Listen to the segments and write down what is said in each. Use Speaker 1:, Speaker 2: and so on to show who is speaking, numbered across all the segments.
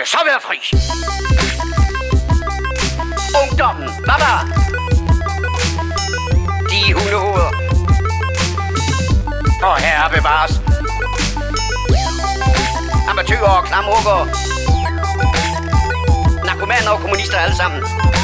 Speaker 1: det så være fri. Ungdommen, baba. De hundehoveder. Og herre bevares. Amatører og klamrukker. Narkomaner og kommunister alle sammen.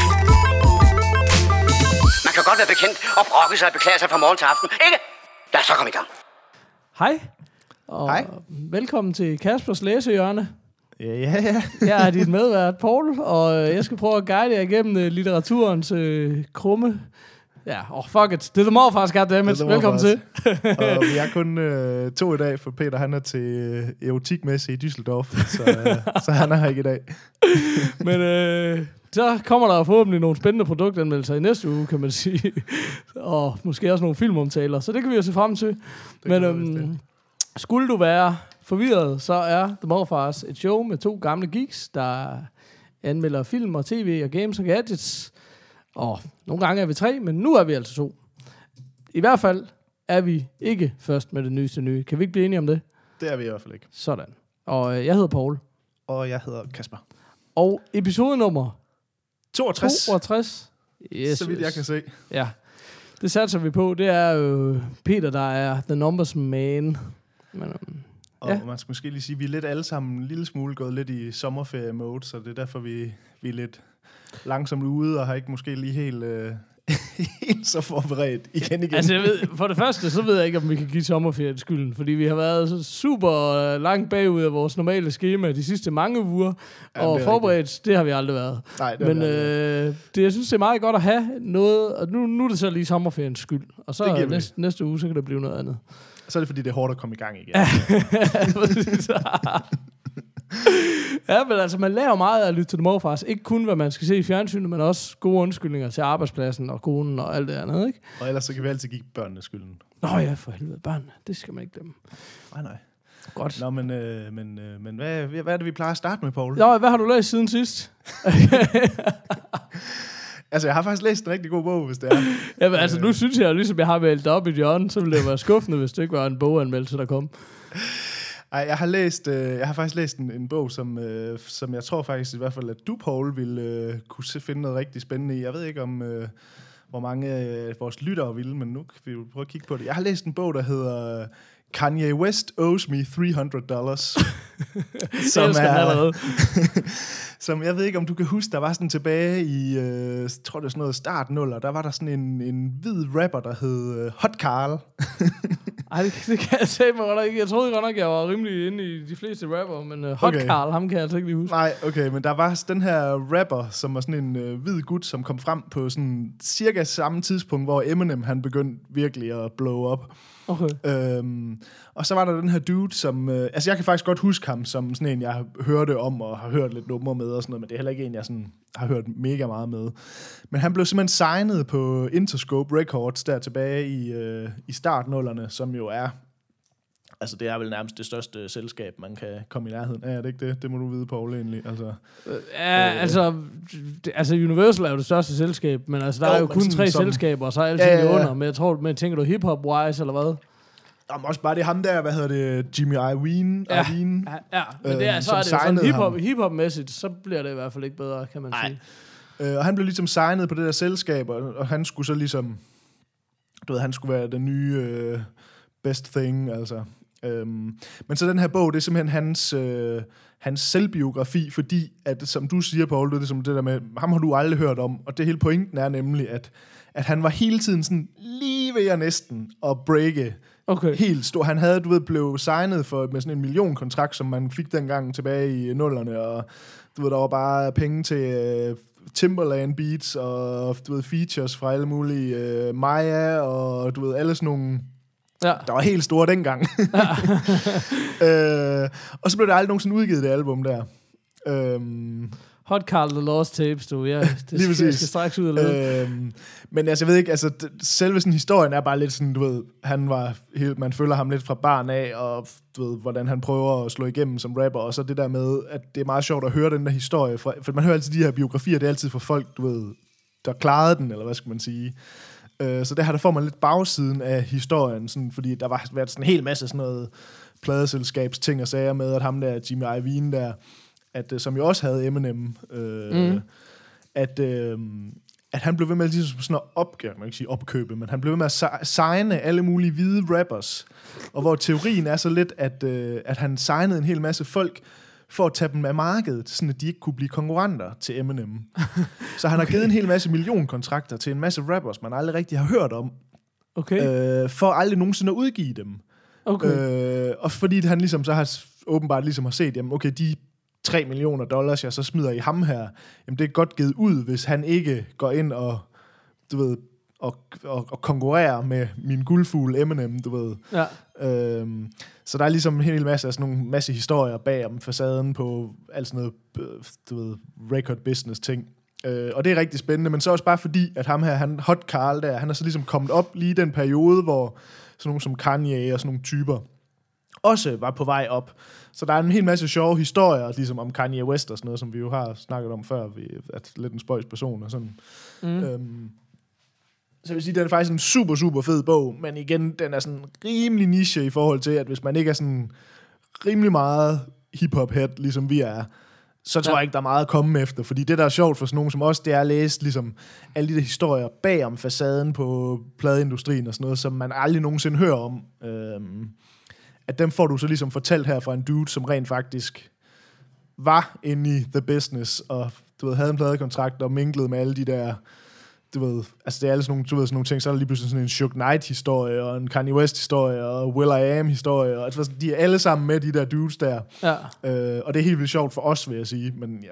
Speaker 1: Man kan godt være bekendt og brokke sig og beklage sig fra morgen til aften, ikke? Lad os så komme i gang.
Speaker 2: Hej, og velkommen til Kaspers Læsehjørne.
Speaker 3: Ja.
Speaker 2: Jeg er dit medvært, Paul, og jeg skal prøve at guide jer igennem litteraturens krumme. Ja, fuck it. Det er The Morfars, goddammit. Velkommen til.
Speaker 3: Og vi er kun 2 i dag, for Peter han er til erotikmesse i Düsseldorf, så han er her ikke i dag.
Speaker 2: Men så kommer der forhåbentlig nogle spændende produktanmeldelser i næste uge, kan man sige. Og måske også nogle filmomtaler, så det kan vi jo se frem til. Men skulle du være forvirret, så er The Morfars et show med 2 gamle geeks, der anmelder film og tv og games og gadgets. Og nogle gange er vi 3, men nu er vi altså 2. I hvert fald er vi ikke først med det nyeste nye. Kan vi ikke blive enige om det?
Speaker 3: Det er vi i hvert fald ikke.
Speaker 2: Sådan. Og jeg hedder Paul.
Speaker 3: Og jeg hedder Kasper.
Speaker 2: Og episode nummer
Speaker 3: 62.
Speaker 2: Yes,
Speaker 3: så vidt jeg kan se.
Speaker 2: Ja, det satser vi på. Det er jo Peter, der er the numbers man. Men,
Speaker 3: og man skal måske lige sige, at vi er lidt alle sammen en lille smule gået lidt i sommerferie-mode, så det er derfor, vi er lidt langsomt ude, og har ikke måske lige helt så forberedt igen.
Speaker 2: Altså, jeg ved, for det første, så ved jeg ikke, om vi kan give sommerferien skylden, fordi vi har været så super langt bagud af vores normale schema de sidste mange uger, og forberedt, det har vi aldrig været.
Speaker 3: Nej,
Speaker 2: men jeg synes, det er meget godt at have noget, og nu er det så lige sommerferiens skyld, og så næste uge, så kan det blive noget andet.
Speaker 3: Så er det, fordi det er hårdt at komme i gang igen.
Speaker 2: Ja, men altså, man lærer meget af at lytte til The Morfars. Ikke kun, hvad man skal se i fjernsynet, men også gode undskyldninger til arbejdspladsen og konen og alt det andet, ikke?
Speaker 3: Og ellers så kan vi altid give børnene skylden.
Speaker 2: Nå ja, for helvede, børnene. Det skal man ikke glemme.
Speaker 3: Nej.
Speaker 2: Godt.
Speaker 3: Nå, men hvad er det, vi plejer at starte med, Paul?
Speaker 2: Nå, hvad har du læst siden sidst?
Speaker 3: Altså, jeg har faktisk læst en rigtig god bog, hvis det er.
Speaker 2: Jamen, altså, nu synes jeg, ligesom jeg har valgt op i hjørnet, så ville det være skuffende, hvis det ikke var en boganmeldelse, der kom.
Speaker 3: Ej, jeg har faktisk læst en bog, som jeg tror faktisk i hvert fald, at du, Paul, ville kunne finde noget rigtig spændende i. Jeg ved ikke om, hvor mange af vores lyttere ville, men nu kan vi jo prøve at kigge på det. Jeg har læst en bog, der hedder Kanye West Owes Me $300. Som jeg ved ikke, om du kan huske, der var sådan tilbage i, tror det er sådan noget start 0'er, der var der sådan en hvid rapper, der hed Hot Carl.
Speaker 2: Ej, det kan jeg sige mig godt ikke. Jeg troede godt nok, jeg var rimelig inde i de fleste rapper, men Hot Carl, ham kan jeg altså ikke lige huske.
Speaker 3: Nej, okay, men der var den her rapper, som var sådan en hvid gut, som kom frem på sådan cirka samme tidspunkt, hvor Eminem han begyndte virkelig at blow up.
Speaker 2: Okay.
Speaker 3: Og så var der den her dude, som... altså, jeg kan faktisk godt huske ham som sådan en, jeg hørte om og har hørt lidt numre med og sådan noget, men det er heller ikke en, jeg sådan har hørt mega meget med. Men han blev simpelthen signet på Interscope Records der tilbage i start-nullerne, som jo er... Altså, det er vel nærmest det største selskab, man kan komme i nærheden af. Er det ikke det? Det må du vide, Paul, egentlig.
Speaker 2: Altså, Universal er jo det største selskab, men altså, der er jo kun 3 selskaber, og så er alting under. Men jeg tror, tænker du hip-hop-wise, eller hvad?
Speaker 3: Jamen, også bare det ham der, hvad hedder det, Jimmy Iovine.
Speaker 2: Ja, men det er, så er det sådan hip-hop-mæssigt, så bliver det i hvert fald ikke bedre, kan man sige.
Speaker 3: Og han blev ligesom signet på det der selskab, og han skulle så ligesom, du ved, han skulle være den nye best thing, altså. Men så den her bog, det er simpelthen hans selvbiografi, fordi, at, som du siger, Paul, det er ligesom det der med, ham har du aldrig hørt om, og det hele pointen er nemlig, at han var hele tiden sådan lige ved at næsten at breake.
Speaker 2: Okay.
Speaker 3: Helt stor. Han havde, blev signet med sådan en millionkontrakt, som man fik dengang tilbage i 0'erne, og du ved, der var bare penge til Timberland beats, og du ved, features fra alle mulige Maya, og du ved, alle sådan nogle, der var helt store dengang. Og så blev der aldrig nogensinde udgivet det album der.
Speaker 2: Hot Carl The Lost Tapes, du. Ja, det skal straks ud af løbet.
Speaker 3: Men altså, jeg ved ikke, altså, selve sådan historien er bare lidt sådan, du ved, man følger ham lidt fra barn af, og du ved, hvordan han prøver at slå igennem som rapper, og så det der med, at det er meget sjovt at høre den der historie, for man hører altid de her biografier, det er altid for folk, du ved, der klarede den, eller hvad skal man sige. Så der får man lidt bagsiden af historien, sådan, fordi der var været sådan en hel masse sådan noget pladeselskabsting og sager med, at ham der, Jimmy Iovine der, at, som jo også havde Eminem, at han blev ved med ligesom sådan man kan ikke sige opkøbe, men han blev ved med at signe alle mulige hvide rappers. Og hvor teorien er så lidt, at han signede en hel masse folk for at tage dem af markedet, sådan at de ikke kunne blive konkurrenter til Eminem. Så han har givet en hel masse millionkontrakter til en masse rappers, man aldrig rigtig har hørt om.
Speaker 2: Okay.
Speaker 3: For aldrig nogensinde at udgive dem.
Speaker 2: Okay.
Speaker 3: Og fordi han ligesom så har åbenbart ligesom har set, jamen okay, de $3 million, jeg så smider i ham her, jamen det er godt givet ud, hvis han ikke går ind og, du ved, og konkurrerer med min guldfugl Eminem, du ved.
Speaker 2: Ja.
Speaker 3: Så der er ligesom en hel masse af sådan nogle masse historier bag om facaden på alt sådan noget, du ved, record business ting. Og det er rigtig spændende, men så også bare fordi, at ham her, Hot Carl der, han er så ligesom kommet op lige i den periode, hvor sådan nogle som Kanye og sådan nogle typer også var på vej op. Så der er en hel masse sjove historier, ligesom om Kanye West og sådan noget, som vi jo har snakket om før, at lidt en spøjs person og sådan. Så jeg vil sige, det er faktisk en super, super fed bog, men igen, den er sådan rimelig niche i forhold til, at hvis man ikke er sådan rimelig meget hip-hop-head, ligesom vi er, så tror jeg ikke, der er meget at komme efter. Fordi det, der er sjovt for sådan nogen som os, det er at læse ligesom alle de der historier bag om facaden på pladeindustrien og sådan noget, som man aldrig nogensinde hører om. At dem får du så ligesom fortalt her fra en dude, som rent faktisk var inde i the business, og du ved, havde en pladekontrakt og minglede med alle de der, du ved, altså det er alle sådan nogle, du ved, sådan nogle ting, så er der lige pludselig sådan en Suge Knight-historie, og en Kanye West-historie, og Will.i.am-historie, og altså, de er alle sammen med, de der dudes der. Ja. Og det er helt vildt sjovt for os, vil jeg sige, men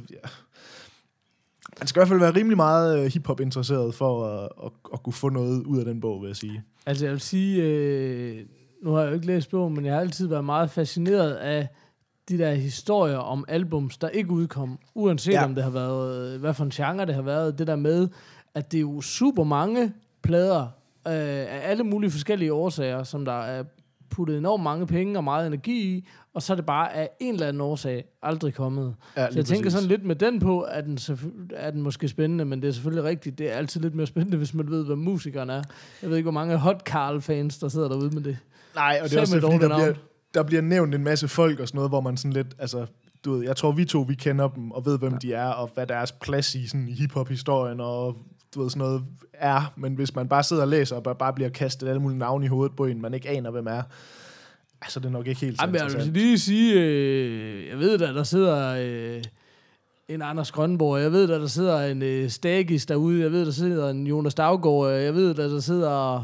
Speaker 3: man skal i hvert fald være rimelig meget hip-hop-interesseret for at kunne få noget ud af den bog, vil jeg sige.
Speaker 2: Altså jeg vil sige, nu har jeg jo ikke læst bogen, men jeg har altid været meget fascineret af de der historier om albums, der ikke udkom, uanset om det har været, hvad for en genre det har været, det der med, at det er jo super mange plader af alle mulige forskellige årsager, som der er puttet enormt mange penge og meget energi i, og så er det bare af en eller anden årsag aldrig kommet. Ja, så jeg tænker sådan lidt med den på, at den måske spændende, men det er selvfølgelig rigtigt, det er altid lidt mere spændende, hvis man ved, hvad musikeren er. Jeg ved ikke, hvor mange Hot Carl-fans, der sidder derude med det.
Speaker 3: Nej, og det er også fordi, der bliver nævnt en masse folk og sådan noget, hvor man sådan lidt, altså, du ved, jeg tror vi kender dem, og ved, hvem de er, og hvad deres plads i sådan hip-hop-historien, og du ved, sådan noget er, men hvis man bare sidder og læser, og bare bliver kastet alle mulige navne i hovedet på en, man ikke aner, hvem er, altså, det er nok ikke helt så interessant.
Speaker 2: Jeg vil lige sige, jeg ved da, der sidder en Anders Grønborg, jeg ved da, der sidder en Stagis derude, jeg ved, der sidder en Jonas Daugård, jeg ved da, der sidder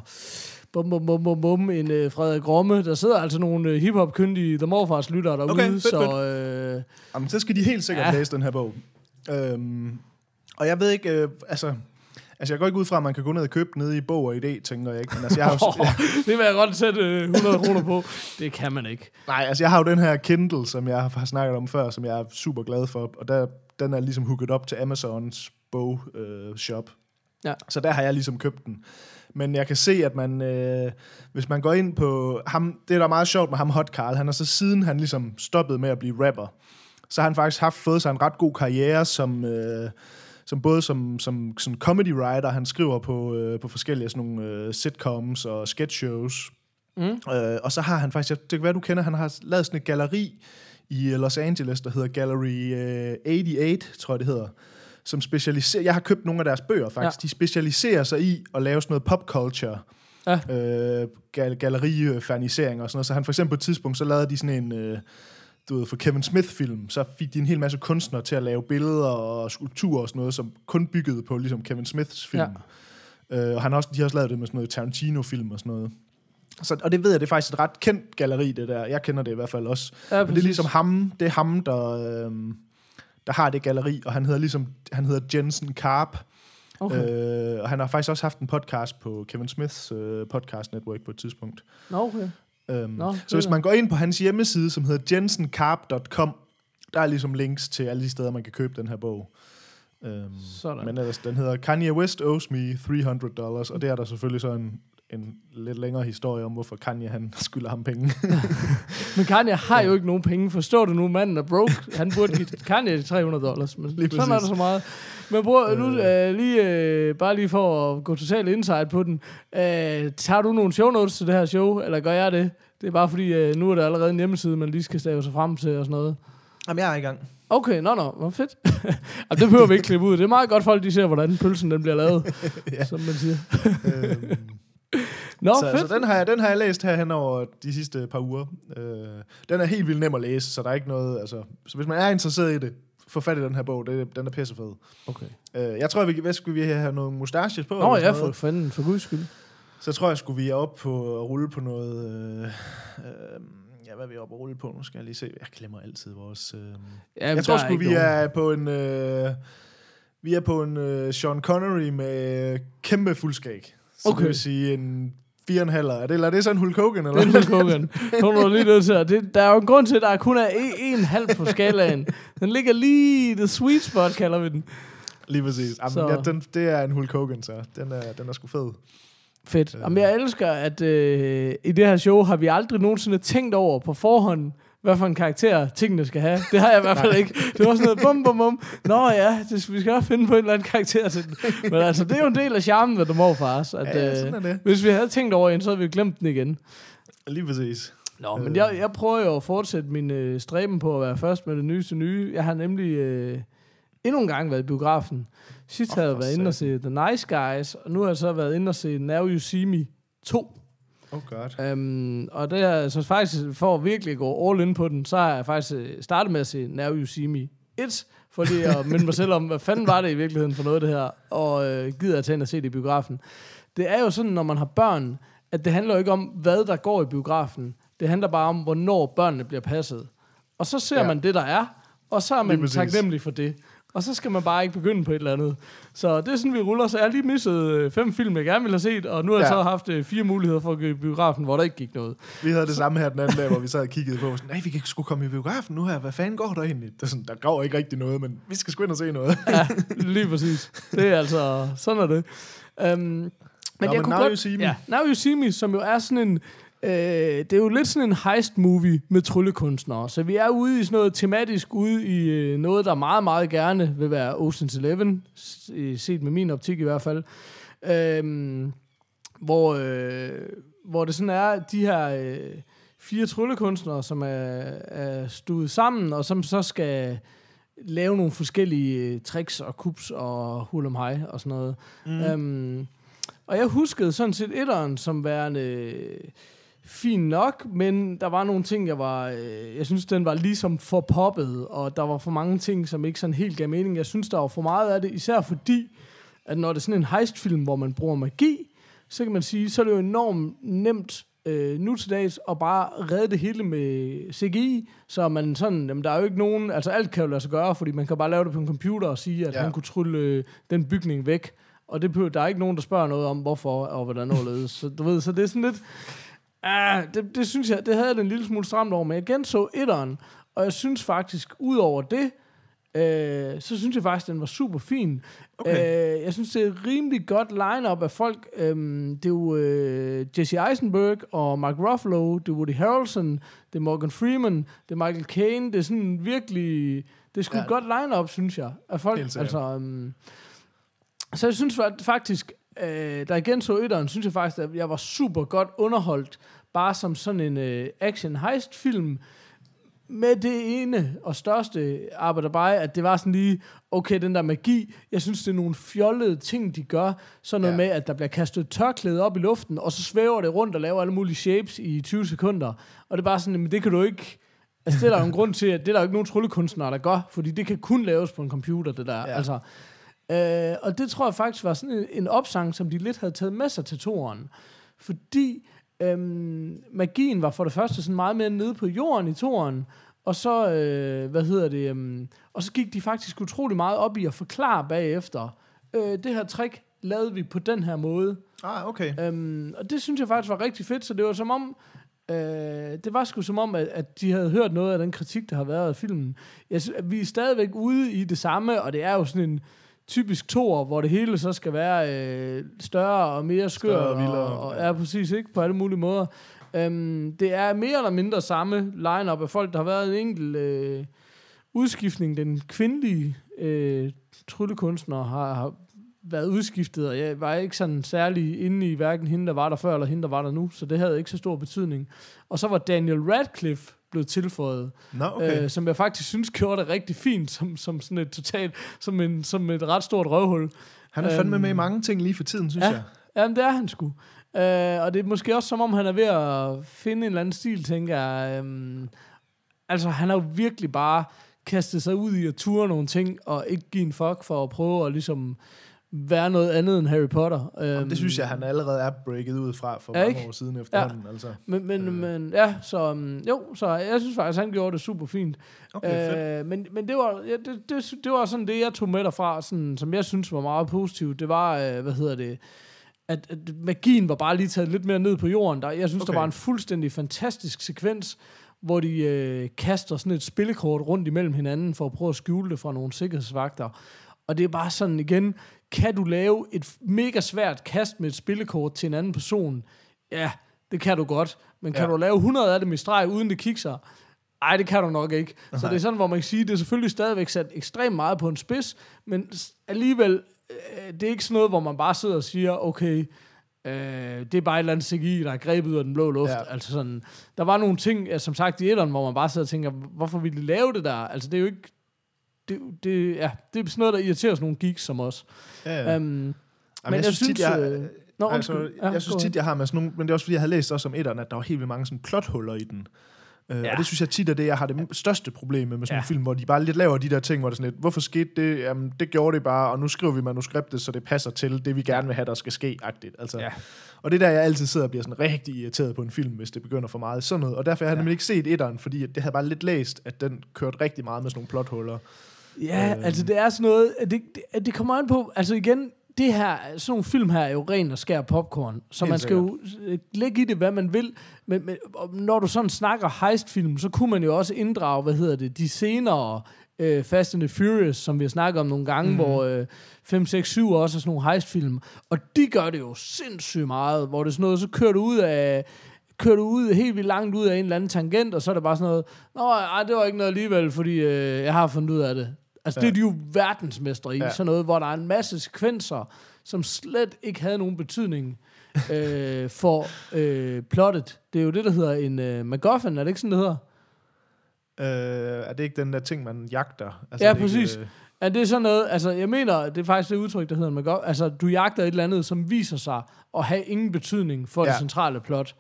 Speaker 2: en Frederik Romme. Der sidder altså nogle hip-hop-kyndige The Morfars lyttere derude.
Speaker 3: Okay, fedt. Jamen, så skal de helt sikkert læse den her bog. Og jeg ved ikke, altså jeg går ikke ud fra, at man kan gå ned og købe nede i Bog og Idé, tænker jeg ikke. Men altså, jeg har
Speaker 2: det vil jeg godt sætte 100 kroner på. Det kan man ikke.
Speaker 3: Nej, altså jeg har jo den her Kindle, som jeg har snakket om før, som jeg er super glad for. Og den er ligesom hooket op til Amazons bogshop. Ja. Så der har jeg ligesom købt den. Men jeg kan se, at man, hvis man går ind på ham, det er da meget sjovt med ham Hot Carl, han er så siden han ligesom stoppede med at blive rapper, så har han faktisk fået sig en ret god karriere som både som sådan comedy writer, han skriver på forskellige sådan nogle sitcoms og sketch shows. Og så har han faktisk, det kan være du kender, han har lavet sådan et galleri i Los Angeles, der hedder Gallery 88, tror jeg det hedder, som specialiserer, jeg har købt nogle af deres bøger faktisk, de specialiserer sig i at lave sådan noget popculture, gallerifernisering og sådan noget, så han for eksempel på et tidspunkt, så lavede de sådan en, du ved, for Kevin Smith-film, så fik de en hel masse kunstnere til at lave billeder og skulpturer og sådan noget, som kun byggede på ligesom Kevin Smiths film. Ja. Og de har også lavet det med sådan noget Tarantino-film og sådan noget. Så, og det ved jeg, det er faktisk et ret kendt galleri, det der. Jeg kender det i hvert fald også. Ja, men det er ligesom ham, der har det galleri, og han hedder Jensen Karp. Okay. Og han har faktisk også haft en podcast på Kevin Smiths podcast network på et tidspunkt.
Speaker 2: Okay.
Speaker 3: Så hvis man går ind på hans hjemmeside, som hedder jensenkarp.com, der er ligesom links til alle de steder, man kan købe den her bog. Men ellers, den hedder Kanye West Owes Me $300, og det er der selvfølgelig så en lidt længere historie om, hvorfor Kanye han skylder ham penge.
Speaker 2: Men Kanye har jo ikke nogen penge. Forstår du nu, manden er broke. Han burde give Kanye $300, men lige sådan er der så meget. Men bror, nu bare lige for at gå totalt insight på den. Tager du nogle show notes til det her show, eller gør jeg det? Det er bare fordi, nu er der allerede en hjemmeside, man lige skal stave sig frem til og sådan noget.
Speaker 3: Jamen, jeg er i gang.
Speaker 2: Okay, hvor fedt. Det behøver vi ikke klippe ud. Det er meget godt, folk de ser, hvordan pølsen den bliver lavet, ja. Som man siger.
Speaker 3: Fedt. Så den har jeg læst her hen over de sidste par uger. Den er helt vildt nem at læse, så der er ikke noget... Altså, så hvis man er interesseret i det, få fat i den her bog. Den er pissefed.
Speaker 2: Okay.
Speaker 3: Jeg tror, hvad skulle vi have nogle mustaches på?
Speaker 2: For guds skyld.
Speaker 3: Så tror jeg, skulle vi er op på at rulle på noget... hvad er vi oppe at rulle på? Nu skal jeg lige se. Jeg glemmer altid vores... jeg tror sgu, vi er på en... vi er på en Sean Connery med kæmpe fuldskæg. Så det vil sige en 4,5. Er det så en Hulk Hogan? Eller?
Speaker 2: Det er Hulk Hogan. Kommer du lige nødt til. Der er jo en grund til, at der kun er 1,5 på skalaen. Den ligger lige i the sweet spot, kalder vi den.
Speaker 3: Lige præcis. Jamen, det er en Hulk Hogan, så den er sgu fed.
Speaker 2: Fedt. Jamen, jeg elsker, at i det her show har vi aldrig nogensinde tænkt over på forhånd, hvad for en karakter tingene skal have. Det har jeg i hvert fald ikke. Det var sådan noget bum, bum, bum. Nå ja, vi skal nok finde på en eller anden karakter til den. Men altså, det er jo en del af charmen ved The Morfars. At,
Speaker 3: sådan er det.
Speaker 2: Hvis vi havde tænkt over en, så havde vi glemt den igen.
Speaker 3: Lige præcis.
Speaker 2: Nå, men jeg prøver jo at fortsætte min stræben på at være først med det nyeste nye. Jeg har nemlig endnu en gang været i biografen. Sidst havde jeg været inde og se The Nice Guys, og nu har jeg så været inde og se Now You See Me 2.
Speaker 3: God.
Speaker 2: Og det er så faktisk, for at virkelig gå all in på den, så har jeg faktisk startet med at se Now You See Me 1, for lige at minde mig selv om, hvad fanden var det i virkeligheden for noget det her, og gider at tage ind og se det i biografen. Det er jo sådan, når man har børn, at det handler jo ikke om, hvad der går i biografen. Det handler bare om, hvornår børnene bliver passet. Og så ser man det, der er, og så er man taknemmelig for det. Og så skal man bare ikke begynde på et eller andet. Så det er sådan, vi ruller. Så jeg har lige misset 5 film, jeg gerne ville have set, og nu har jeg så haft 4 muligheder for at gå i biografen, hvor der ikke gik noget.
Speaker 3: Vi havde det samme her den anden dag, hvor vi så havde kigget på, sådan, nej, vi kan sgu komme i biografen nu her. Hvad fanden går der egentlig? Der går ikke rigtig noget, men vi skal sgu ind og se noget.
Speaker 2: Ja, lige præcis. Det er altså, sådan er det. Men jeg kunne godt... Now You See Me, som jo er sådan en... det er jo lidt sådan en heist-movie med tryllekunstnere. Så vi er ude i sådan noget tematisk, ude i noget, der meget, meget gerne vil være Ocean's 11, set med min optik i hvert fald. Hvor det sådan er, de her 4 tryllekunstnere, som er stuet sammen, og som så skal lave nogle forskellige tricks og kups og hurlumhej og sådan noget. Og jeg huskede sådan set etteren som værende... fint nok, men der var nogle ting, jeg synes, den var ligesom for poppet, og der var for mange ting, som ikke sådan helt gav mening. Jeg synes, der var for meget af det, især fordi, at når det er sådan en heistfilm, hvor man bruger magi, så kan man sige, så er det jo enormt nemt nu til dags at bare redde det hele med CGI, så man sådan, jamen, der er jo ikke nogen, altså alt kan jo lade sig gøre, fordi man kan bare lave det på en computer og sige, at han kunne trylle den bygning væk, og der er ikke nogen, der spørger noget om, hvorfor og hvordan overledes. Så du ved, så det er sådan lidt... det synes jeg, det havde jeg en lille smule stramt over, men jeg genså etteren, og jeg synes faktisk, ud over det, så synes jeg faktisk, den var super fin. Okay. Jeg synes, det er et rimelig godt line-up af folk. Det er jo Jesse Eisenberg og Mark Ruffalo, det er Woody Harrelson, det er Morgan Freeman, det er Michael Caine, det er sådan virkelig... Det er sgu et godt line-up, synes jeg, af folk. Altså, så jeg synes faktisk... der igen så etteren, synes jeg faktisk, at jeg var super godt underholdt, bare som sådan en action-heist-film, med det ene og største arbejder bare, at det var sådan lige, okay, den der magi, jeg synes, det er nogle fjollede ting, de gør, sådan noget med, at der bliver kastet tørklæde op i luften, og så svæver det rundt og laver alle mulige shapes i 20 sekunder, og det er bare sådan, men det kan du ikke, altså det er der jo en grund til, at det er der jo ikke nogen tryllekunstnere, der gør, fordi det kan kun laves på en computer, det der, altså. Og det tror jeg faktisk var sådan en opsang, som de lidt havde taget med sig til toeren. Fordi magien var for det første sådan meget mere nede på jorden i toeren, og så, og så gik de faktisk utrolig meget op i at forklare bagefter, det her trick lavede vi på den her måde.
Speaker 3: Okay.
Speaker 2: Og det synes jeg faktisk var rigtig fedt, så det var som om, det var sgu som om, at de havde hørt noget af den kritik, der har været af filmen. Vi er stadigvæk ude i det samme, og det er jo sådan en typisk toer, hvor det hele så skal være større og mere skør og vildere. Og er præcis ikke på alle mulige måder. Det er mere eller mindre samme line-up af folk, der har været en enkelt udskiftning. Den kvindelige tryllekunstner har været udskiftet, og jeg var ikke sådan særlig inde i hverken hende, der var der før, eller hende, der var der nu, så det havde ikke så stor betydning. Og så var Daniel Radcliffe blevet tilføjet.
Speaker 3: Okay.
Speaker 2: Som jeg faktisk synes gjorde det rigtig fint, som sådan et totalt, som et ret stort røvhul.
Speaker 3: Han er fandme med i mange ting lige for tiden, synes jeg.
Speaker 2: Ja, det er han sgu. Og det er måske også som om, han er ved at finde en eller anden stil, tænker jeg. Altså, han har jo virkelig bare kastet sig ud i at ture nogle ting, og ikke give en fuck for at prøve at ligesom være noget andet end Harry Potter.
Speaker 3: Det synes jeg, han allerede er breaket ud fra for mange år siden efterhånden. Altså.
Speaker 2: Men ja, så så jeg synes faktisk, han gjorde det super fint.
Speaker 3: Okay,
Speaker 2: men det var, det var sådan det, jeg tog med derfra, sådan, som jeg synes var meget positivt. Det var, at magien var bare lige taget lidt mere ned på jorden. Jeg synes, der var en fuldstændig fantastisk sekvens, hvor de kaster sådan et spillekort rundt imellem hinanden, for at prøve at skjule det fra nogle sikkerhedsvagter. Og det er bare sådan igen, kan du lave et mega svært kast med et spillekort til en anden person? Ja, det kan du godt. Men kan du lave 100 af dem i streg, uden det kikser? Ej, det kan du nok ikke. Så det er sådan, hvor man kan sige, det er selvfølgelig stadigvæk sat ekstremt meget på en spids, men alligevel, det er ikke sådan noget, hvor man bare sidder og siger, okay, det er bare et eller andet CGI, der er grebet ud af den blå luft. Ja. Altså sådan, der var nogle ting, som sagt i etteren, hvor man bare sidder og tænker, hvorfor ville de lave det der? Altså det er jo ikke, det er sådan noget, der irriterer sådan nogle geeks som os. Ja. Men jeg synes
Speaker 3: jeg synes tit, jeg har med sådan nogle, men det er også fordi, jeg har læst også om etteren, at der var helt vildt mange sådan plothuller i den. Og det synes jeg tit er det, jeg har det største problem med sådan en film, hvor de bare lidt laver de der ting, hvor det er sådan lidt, hvorfor skete det? Jamen, det gjorde det bare, og nu skriver vi manuskriptet, så det passer til det, vi gerne vil have, der skal ske-agtigt. Altså. Og det der, jeg altid sidder og bliver sådan rigtig irriteret på en film, hvis det begynder for meget sådan noget. Og derfor har jeg nemlig ikke set etteren, fordi det havde bare lidt læst, at den kørte rigtig meget med sådan nogle plothuller.
Speaker 2: Ja, altså det er sådan noget, det kommer an på, altså igen, det her, sådan nogle film her er jo ren og skær popcorn, så man skal jo lægge i det, hvad man vil, men når du sådan snakker heistfilm, så kunne man jo også inddrage, de senere Fast and the Furious, som vi har snakket om nogle gange, hvor 5, 6, 7 også er sådan nogle heistfilm, og de gør det jo sindssygt meget, hvor det er sådan noget, så kører du ud helt vildt langt ud af en eller anden tangent, og så er det bare sådan noget, det var ikke noget alligevel, fordi jeg har fundet ud af det. Altså, det er de jo verdensmestre i, sådan noget, hvor der er en masse sekvenser, som slet ikke havde nogen betydning for plottet. Det er jo det, der hedder en MacGuffin, er det ikke sådan, det hedder?
Speaker 3: Er det ikke den der ting, man jagter?
Speaker 2: Altså, ja, præcis. Er det sådan noget, altså, jeg mener, det er faktisk det udtryk, der hedder en MacGuffin. Altså, du jagter et eller andet, som viser sig at have ingen betydning for det centrale plot.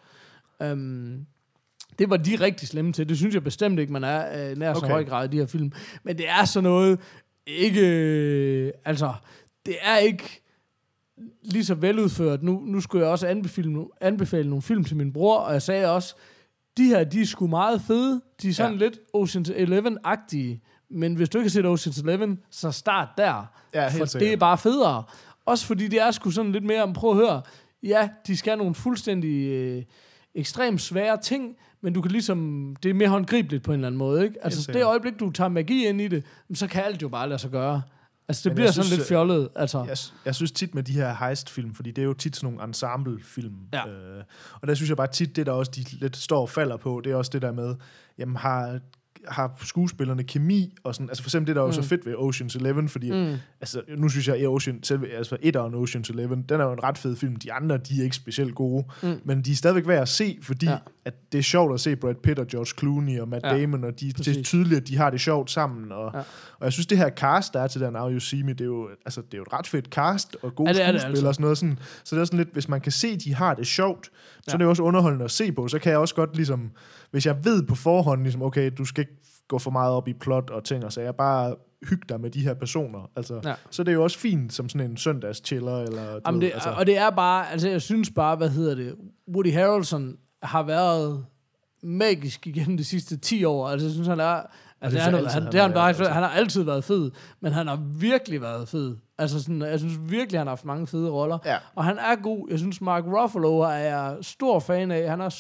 Speaker 2: Det var de rigtig slemme til. Det synes jeg bestemt ikke, man er nær så høj grad i de her film. Men det er sådan noget, ikke... det er ikke lige så veludført. Nu skulle jeg også anbefale nogle film til min bror, og jeg sagde også, de her, de er sgu meget fede. De er sådan lidt Ocean's 11-agtige. Men hvis du ikke har set Ocean's 11, så start der. Ja, for det er bare federe. Også fordi det er sgu sådan lidt mere om, prøv at høre, ja, de skal nogle fuldstændig ekstremt svære ting, men du kan ligesom, det er mere håndgribeligt på en eller anden måde, ikke? Altså, det øjeblik, du tager magi ind i det, så kan alt jo bare lade sig gøre. Altså, det bliver sådan lidt fjollet, altså.
Speaker 3: Jeg synes tit med de her heist-film, fordi det er jo tit sådan nogle ensemble-film. Ja. Og der synes jeg bare tit, det der også, de lidt står og falder på, det er også det der med, jamen har skuespillerne kemi og sådan, altså for eksempel det der er jo så fedt ved Ocean's 11, fordi altså nu synes jeg etteren Ocean's 11, den er jo en ret fed film, de andre, de er ikke specielt gode, men de er stadigvæk værd at se, fordi at det er sjovt at se Brad Pitt og George Clooney og Matt Damon, og det er tydeligt, at de har det sjovt sammen, og jeg synes det her cast, der er til den Now You See Me, det er jo et ret fedt cast, og gode skuespillere og sådan noget, sådan, så det er sådan lidt, hvis man kan se, de har det sjovt, så er det også underholdende at se på, så kan jeg også godt ligesom, hvis jeg ved på forhånd, ligesom, okay, du skal ikke gå for meget op i plot og ting, og så jeg bare hygge dig med de her personer. Altså, så det er jo også fint som sådan en søndagschiller. Eller,
Speaker 2: og det er bare, altså jeg synes bare, Woody Harrelson har været magisk igennem de sidste 10 år. Altså jeg synes, han er... Altså, han har altid været fed, men han har virkelig været fed. Altså sådan, jeg synes virkelig, han har haft mange fede roller. Ja. Og han er god. Jeg synes, Mark Ruffalo er jeg stor fan af. Han er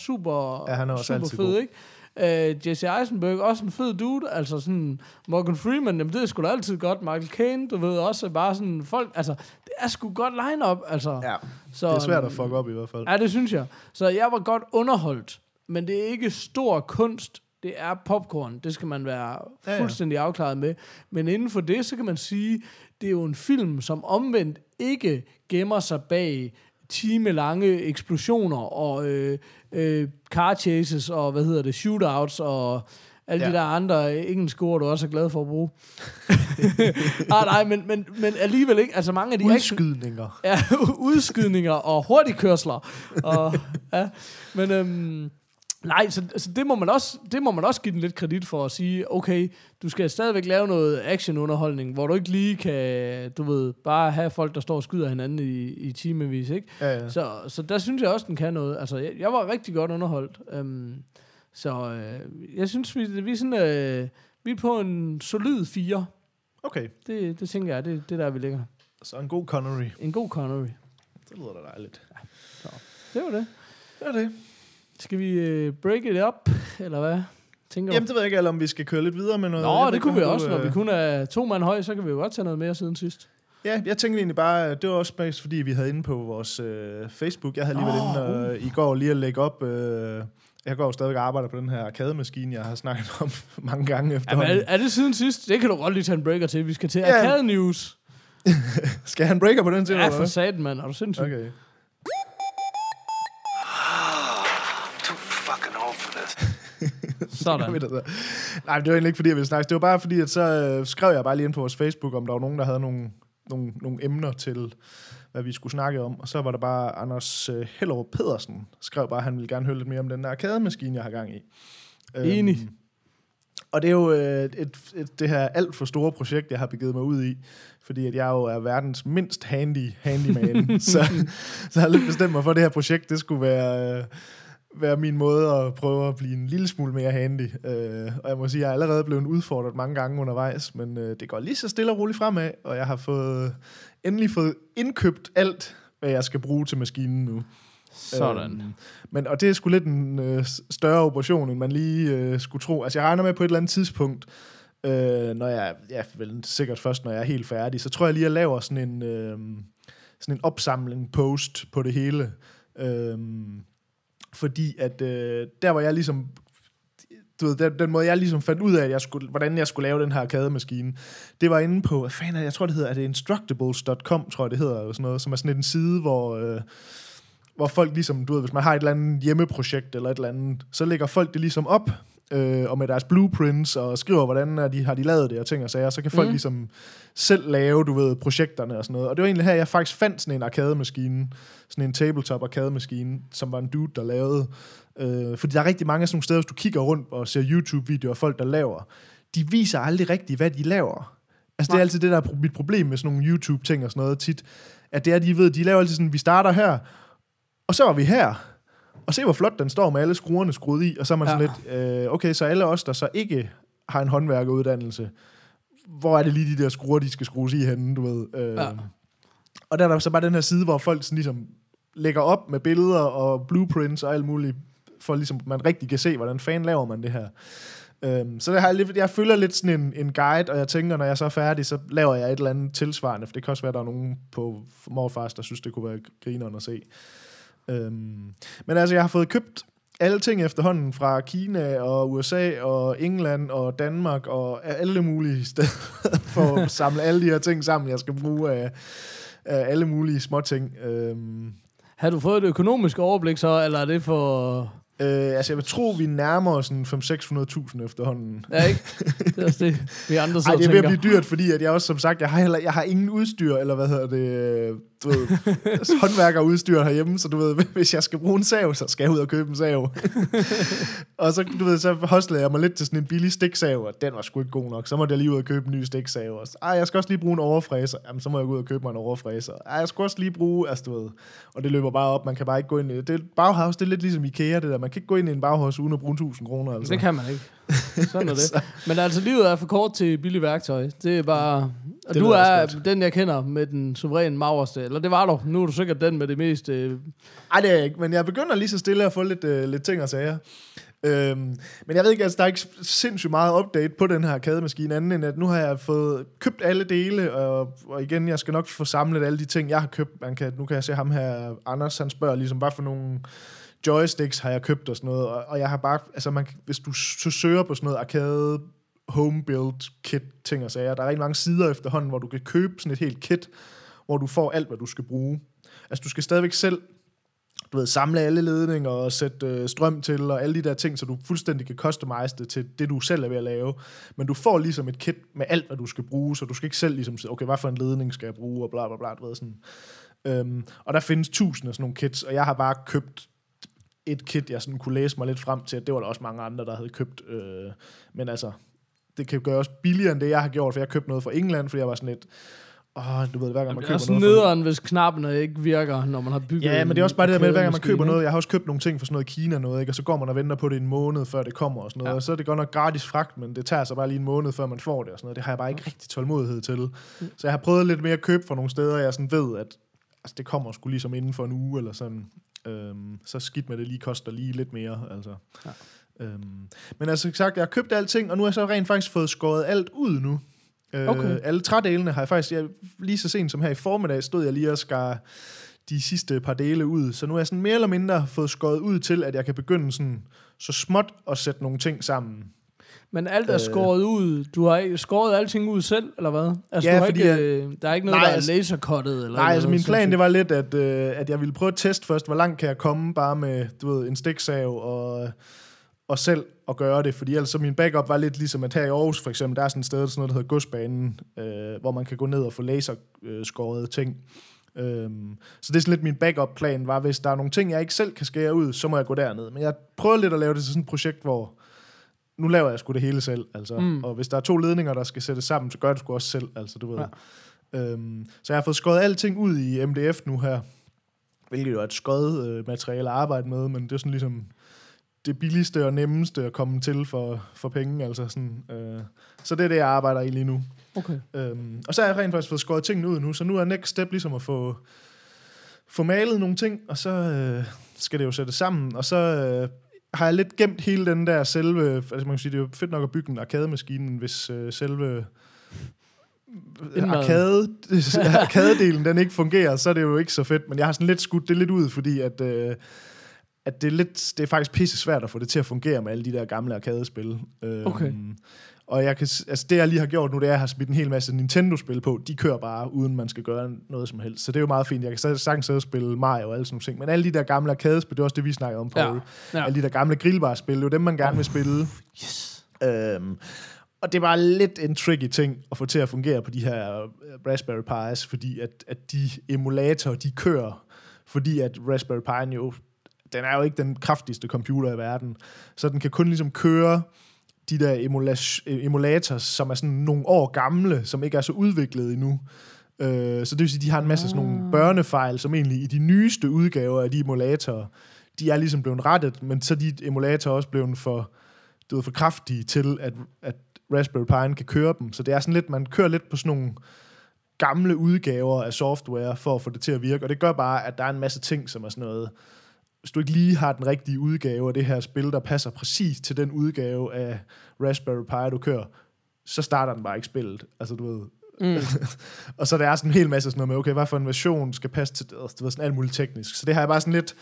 Speaker 2: super fed, god. Ikke? Jesse Eisenberg, også en fed dude. Altså sådan, Morgan Freeman, jamen det er sgu da altid godt. Michael Caine, du ved også, bare sådan folk, altså, det er sgu godt line-up, altså.
Speaker 3: Ja, så, det er svært at fuck op i hvert fald.
Speaker 2: Ja, det synes jeg. Så jeg var godt underholdt, men det er ikke stor kunst. Det er popcorn. Det skal man være fuldstændig afklaret med. Men inden for det, så kan man sige, det er jo en film, som omvendt ikke gemmer sig bag timelange eksplosioner og car chases og, shootouts og alle de der andre engelske ord, du også er glad for at bruge. Nej, men alligevel ikke. Altså mange af de
Speaker 3: udskydninger.
Speaker 2: Ja, udskydninger og hurtigkørsler. Og, ja, men nej, så det må man også give den lidt kredit for at sige, okay, du skal stadigvæk lave noget actionunderholdning, hvor du ikke lige kan, bare have folk, der står og skyder hinanden i timevis, ikke?
Speaker 3: Ja.
Speaker 2: Så der synes jeg også, den kan noget. Altså, jeg var rigtig godt underholdt. Så jeg synes, vi er sådan, vi er på en solid 4.
Speaker 3: Okay.
Speaker 2: Det tænker jeg, det der, vi ligger.
Speaker 3: Så en god Connery.
Speaker 2: En god Connery.
Speaker 3: Det lyder da dejligt. Ja.
Speaker 2: Så, det var det.
Speaker 3: Det var det.
Speaker 2: Skal vi break it up, eller hvad? Tænker
Speaker 3: Jamen, det ved jeg ikke, eller om vi skal køre lidt videre med noget.
Speaker 2: Nå, det kunne vi også. Når vi kun er 2 mand høj, så kan vi jo godt tage noget mere siden sidst.
Speaker 3: Ja, jeg tænkte egentlig bare, det var også mest fordi, vi havde inde på vores Facebook. Jeg havde lige været inde i går lige at lægge op. Jeg går jo stadig og arbejder på den her arkademaskine, jeg har snakket om mange gange efterhånden.
Speaker 2: Jamen, er det siden sidst? Det kan du godt lige tage en breaker til. Vi skal til Arcade News.
Speaker 3: Skal han breaker på den til?
Speaker 2: Ja, for satan, mand. Er du sindssygt?
Speaker 3: Okay.
Speaker 1: Too fucking old for this.
Speaker 2: Sådan.
Speaker 3: Nej, det var egentlig ikke fordi, jeg ville snakke. Det var bare fordi, at så skrev jeg bare lige ind på vores Facebook, om der var nogen, der havde nogle emner til, hvad vi skulle snakke om. Og så var der bare Anders Hellerup Pedersen, skrev bare, at han ville gerne høre lidt mere om den der arkademaskine, jeg har gang i.
Speaker 2: Enig.
Speaker 3: Og det er jo det her alt for store projekt, jeg har begivet mig ud i, fordi at jeg jo er verdens mindst handyman. så jeg har lidt bestemt mig for, at det her projekt, det skulle være min måde at prøve at blive en lille smule mere handy. Og jeg må sige, at jeg er allerede blevet udfordret mange gange undervejs, men det går lige så stille og roligt fremad, og jeg har endelig fået indkøbt alt, hvad jeg skal bruge til maskinen nu.
Speaker 2: Sådan.
Speaker 3: Og det er sgu lidt en større operation, end man lige skulle tro. Altså jeg regner med på et eller andet tidspunkt, når jeg, vel sikkert først, når jeg er helt færdig, så tror jeg lige, at jeg laver sådan en opsamling post på det hele. Fordi at der var jeg ligesom, den måde jeg ligesom fandt ud af, hvordan jeg skulle lave den her arkademaskine, det var inde på, jeg tror det hedder, er det instructables.com, tror jeg det hedder, eller sådan noget, som er sådan en side, hvor folk ligesom, hvis man har et eller andet hjemmeprojekt eller et eller andet, så lægger folk det ligesom op, og med deres blueprints, og skriver, hvordan har de lavet det, og ting og sager, så kan folk ligesom selv lave, projekterne og sådan noget. Og det var egentlig her, jeg faktisk fandt sådan en arkademaskine, sådan en tabletop arkademaskine, som var en dude, der lavede. Fordi der er rigtig mange af sådan nogle steder, hvis du kigger rundt og ser YouTube-videoer af folk, der laver, de viser aldrig rigtigt, hvad de laver. Altså det er altid det, der er mit problem med sådan nogle YouTube-ting og sådan noget tit, at det er, de laver altid sådan, vi starter her, og så var vi her. Og se, hvor flot den står med alle skruerne skruet i, og så er man sådan lidt, okay, så alle os, der så ikke har en håndværkeruddannelse, hvor er det lige de der skruer, de skal skrues i henne, du ved. Og der er der så bare den her side, hvor folk sådan ligesom lægger op med billeder og blueprints og alt muligt, for ligesom man rigtig kan se, hvordan fanden laver man det her. Så det har jeg følger lidt sådan en guide, og jeg tænker, når jeg så er færdig, så laver jeg et eller andet tilsvarende, for det kan også være, at der er nogen på Morfars, der synes, det kunne være grineren at se. Men altså, jeg har fået købt alle ting efterhånden fra Kina og USA og England og Danmark og alle mulige steder for at samle alle de her ting sammen, jeg skal bruge af alle mulige småting.
Speaker 2: Har du fået et økonomisk overblik så, eller er det for...
Speaker 3: Altså, jeg vil tro, vi nærmer os 500-600.000 efterhånden.
Speaker 2: Ja, ikke? Det er også det, vi andre så
Speaker 3: tænker. Det er ved at blive dyrt, fordi at jeg også, som sagt, jeg har ingen udstyr, eller hvad hedder det, håndværkerudstyr herhjemme, så du ved, hvis jeg skal bruge en sav, så skal jeg ud og købe en sav. Og så, så hoslede jeg mig lidt til sådan en billig stiksav, og den var sgu ikke god nok. Så måtte jeg lige ud og købe en ny stiksav. Og jeg skal også lige bruge en overfræser. Jamen, så må jeg gå ud og købe mig en overfræser. Jeg skal også lige bruge, altså du ved, og det løber bare op, man kan bare ikke gå ind i det. Bauhaus, det er lidt ligesom IKEA, det der. Man kan ikke gå ind i en Bauhaus uden at bruge 1.000 kroner. Altså.
Speaker 2: Det kan man ikke. Sådan er det. Men altså, livet er for kort til billig værktøj. Det er bare... Og du er den, jeg kender med den suveræne magerste. Eller det var du. Nu er du sikkert den med det mest...
Speaker 3: Ej, det er jeg ikke. Men jeg begynder lige så stille at få lidt ting og sager. Men jeg ved ikke, altså, der er ikke sindssygt meget update på den her arkademaskine, anden end at nu har jeg fået købt alle dele, og igen, jeg skal nok få samlet alle de ting, jeg har købt. Nu kan jeg se ham her, Anders, han spørger ligesom bare for nogle joysticks har jeg købt og sådan noget, og jeg har bare, altså hvis du søger på sådan noget arcade homebuild kit ting og sager, der er rigtig mange sider efterhånden, hvor du kan købe sådan et helt kit, hvor du får alt, hvad du skal bruge. Altså, du skal stadigvæk selv samle alle ledninger og sætte strøm til og alle de der ting, så du fuldstændig kan customize det til det, du selv er ved at lave. Men du får ligesom et kit med alt, hvad du skal bruge, så du skal ikke selv ligesom sige, okay, hvad for en ledning skal jeg bruge, og bla bla bla, du ved sådan. Og der findes tusinder af sådan nogle kits, og jeg har bare købt et kit, jeg sådan kunne læse mig lidt frem til, at det var der også mange andre, der havde købt. Men altså, det kan gøres billigere end det, jeg har gjort, for jeg købte noget fra England, fordi jeg var sådan lidt, du ved, hver gang man køber noget.
Speaker 2: Det er også nederen, hvis knappene ikke virker, når man har bygget.
Speaker 3: Ja, men det er også bare det der med, hver gang man køber noget. Jeg har også købt nogle ting for sådan noget Kina noget, ikke? Og så går man og venter på det en måned, før det kommer og sådan noget. Og så er det godt nok gratis fragt, men det tager så bare lige en måned, før man får det og sådan noget. Det har jeg bare ikke rigtig tålmodighed til. Så jeg har prøvet lidt mere at købe fra nogle steder, jeg sådan ved, at altså, det kommer sgu ligesom inden for en uge eller sådan. Så skidt med det lige koster lige lidt mere, altså. Ja. Men altså sagt, jeg har købt alting, og nu har jeg så rent faktisk fået skåret alt ud nu. Okay. Alle trædelene har jeg faktisk, lige så sent som her i formiddag, stod jeg lige og skar de sidste par dele ud, så nu er jeg sådan mere eller mindre fået skåret ud til, at jeg kan begynde sådan så småt at sætte nogle ting sammen.
Speaker 2: Men alt er skåret ud. Du har ikke skåret alting ud selv, eller hvad? Altså,
Speaker 3: ja,
Speaker 2: du har
Speaker 3: fordi
Speaker 2: ikke, der er ikke noget, der er lasercuttet? Eller
Speaker 3: nej, altså min plan, det var lidt, at jeg ville prøve at teste først, hvor langt kan jeg komme bare med, du ved, en stiksav og selv at gøre det, fordi ellers så min backup var lidt ligesom, at her i Aarhus for eksempel, der er sådan et sted, der hedder Godsbanen, hvor man kan gå ned og få laserskårede ting. Så det er sådan lidt min backup-plan, var hvis der er nogle ting, jeg ikke selv kan skære ud, så må jeg gå derned. Men jeg prøver lidt at lave det til sådan et projekt, hvor nu laver jeg sgu det hele selv, altså. Og hvis der er 2 ledninger, der skal sættes sammen, så gør jeg det sgu også selv, altså, du ved. Ja. Så jeg har fået skåret alting ud i MDF nu her, hvilket jo er et skåret materiale at arbejde med, men det er sådan ligesom det billigste og nemmeste at komme til for penge, altså sådan. Så det er det, jeg arbejder i lige nu.
Speaker 2: Okay.
Speaker 3: Og så har jeg rent faktisk fået skåret tingene ud nu, så nu er next step ligesom at få malet nogle ting, og så skal det jo sættes sammen, og så har jeg lidt gemt hele den der selve, altså man kan sige, det er jo fedt nok at bygge en arkademaskinen, hvis selve arkadedelen den ikke fungerer, så er det jo ikke så fedt, men jeg har sådan lidt skudt det lidt ud, fordi at det er faktisk pisse svært at få det til at fungere med alle de der gamle arkadespil.
Speaker 2: Okay.
Speaker 3: Og jeg kan, altså det jeg lige har gjort nu, det er, at jeg har smidt en hel masse Nintendo-spil på. De kører bare, uden man skal gøre noget som helst. Så det er jo meget fint. Jeg kan sagtens sidde og spille Mario og alle sådan nogle ting. Men alle de der gamle arkadespil, det er også det, vi snakker om, Paul. Ja. Alle de der gamle grillbarspil, det er jo dem, man gerne vil spille.
Speaker 2: Yes.
Speaker 3: Og det var lidt en tricky ting at få til at fungere på de her Raspberry Pis, fordi at de emulatorer, de kører, fordi at Raspberry Pi jo, den er jo ikke den kraftigste computer i verden, så den kan kun ligesom køre de der emulators, som er sådan nogle år gamle, som ikke er så udviklet endnu. Så det vil sige, de har en masse sådan nogle børnefejl, som egentlig i de nyeste udgaver af de emulatorer, de er ligesom blevet rettet, men så de emulatorer også blevet for kraftige til, at Raspberry Pi kan køre dem. Så det er sådan lidt, man kører lidt på sådan nogle gamle udgaver af software, for at få det til at virke, og det gør bare, at der er en masse ting, som er sådan noget, hvis du ikke lige har den rigtige udgave af det her spil, der passer præcis til den udgave af Raspberry Pi, du kører, så starter den bare ikke spillet. Altså, du ved. Og så der er sådan en hel masse sådan noget med, okay, hvad for en version skal passe til det, du ved, sådan alt muligt teknisk. Så det har jeg bare sådan lidt,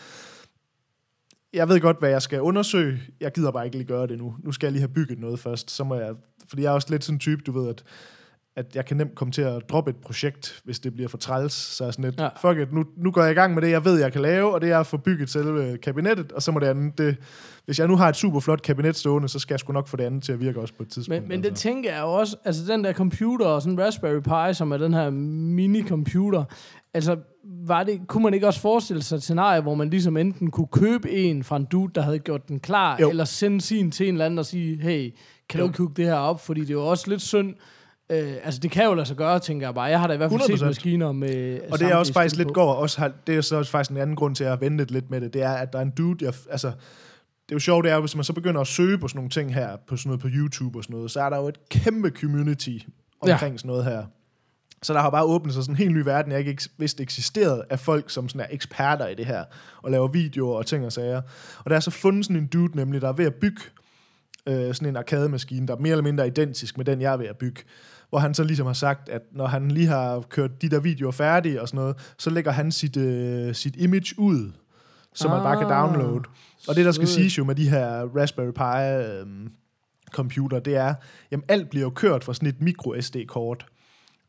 Speaker 3: jeg ved godt, hvad jeg skal undersøge, jeg gider bare ikke lige gøre det nu. Nu skal jeg lige have bygget noget først, så må jeg, fordi jeg er også lidt sådan en type, du ved, at jeg kan nemt komme til at droppe et projekt, hvis det bliver for træls. Så er sådan lidt, fuck it, nu går jeg i gang med det, jeg ved, jeg kan lave, og det er at få bygget selve kabinettet, og så må det andet, hvis jeg nu har et super flot kabinet stående, så skal jeg sgu nok få det andet til at virke også på et tidspunkt.
Speaker 2: Men det tænker jeg jo også, altså den der computer, sådan en Raspberry Pi, som er den her mini-computer, altså kunne man ikke også forestille sig et scenarie, hvor man ligesom enten kunne købe en fra en dude, der havde gjort den klar, eller sende sin til en eller anden og sige, hey, kan du ikke hugge det her op, fordi det er jo også lidt synd. Altså det kan jo lade sig gøre, tænker jeg bare. Jeg har da i hvert fald 100%. Set maskiner med.
Speaker 3: Og det er også faktisk lidt går også det er så også faktisk en anden grund til at have ventet lidt med det. Det er at der er en dude, altså det er jo sjovt, det er hvis man så begynder at søge på sådan nogle ting her på sådan noget på YouTube og sådan noget, så er der jo et kæmpe community omkring sådan noget her. Så der har bare åbnet sig sådan en helt ny verden, jeg ikke vidste eksisterede, af folk, som sådan er eksperter i det her, og laver videoer og ting og sager. Og der er så fundet sådan en dude, nemlig, der er ved at bygge sådan en arkademaskine, der er mere eller mindre identisk med den, jeg er ved at bygge. Hvor han så ligesom har sagt, at når han lige har kørt de der videoer færdige og sådan noget, så lægger han sit image ud, som man bare kan downloade. Og det, der skal siges jo med de her Raspberry Pi computer, det er, jamen alt bliver jo kørt fra sådan et micro SD-kort.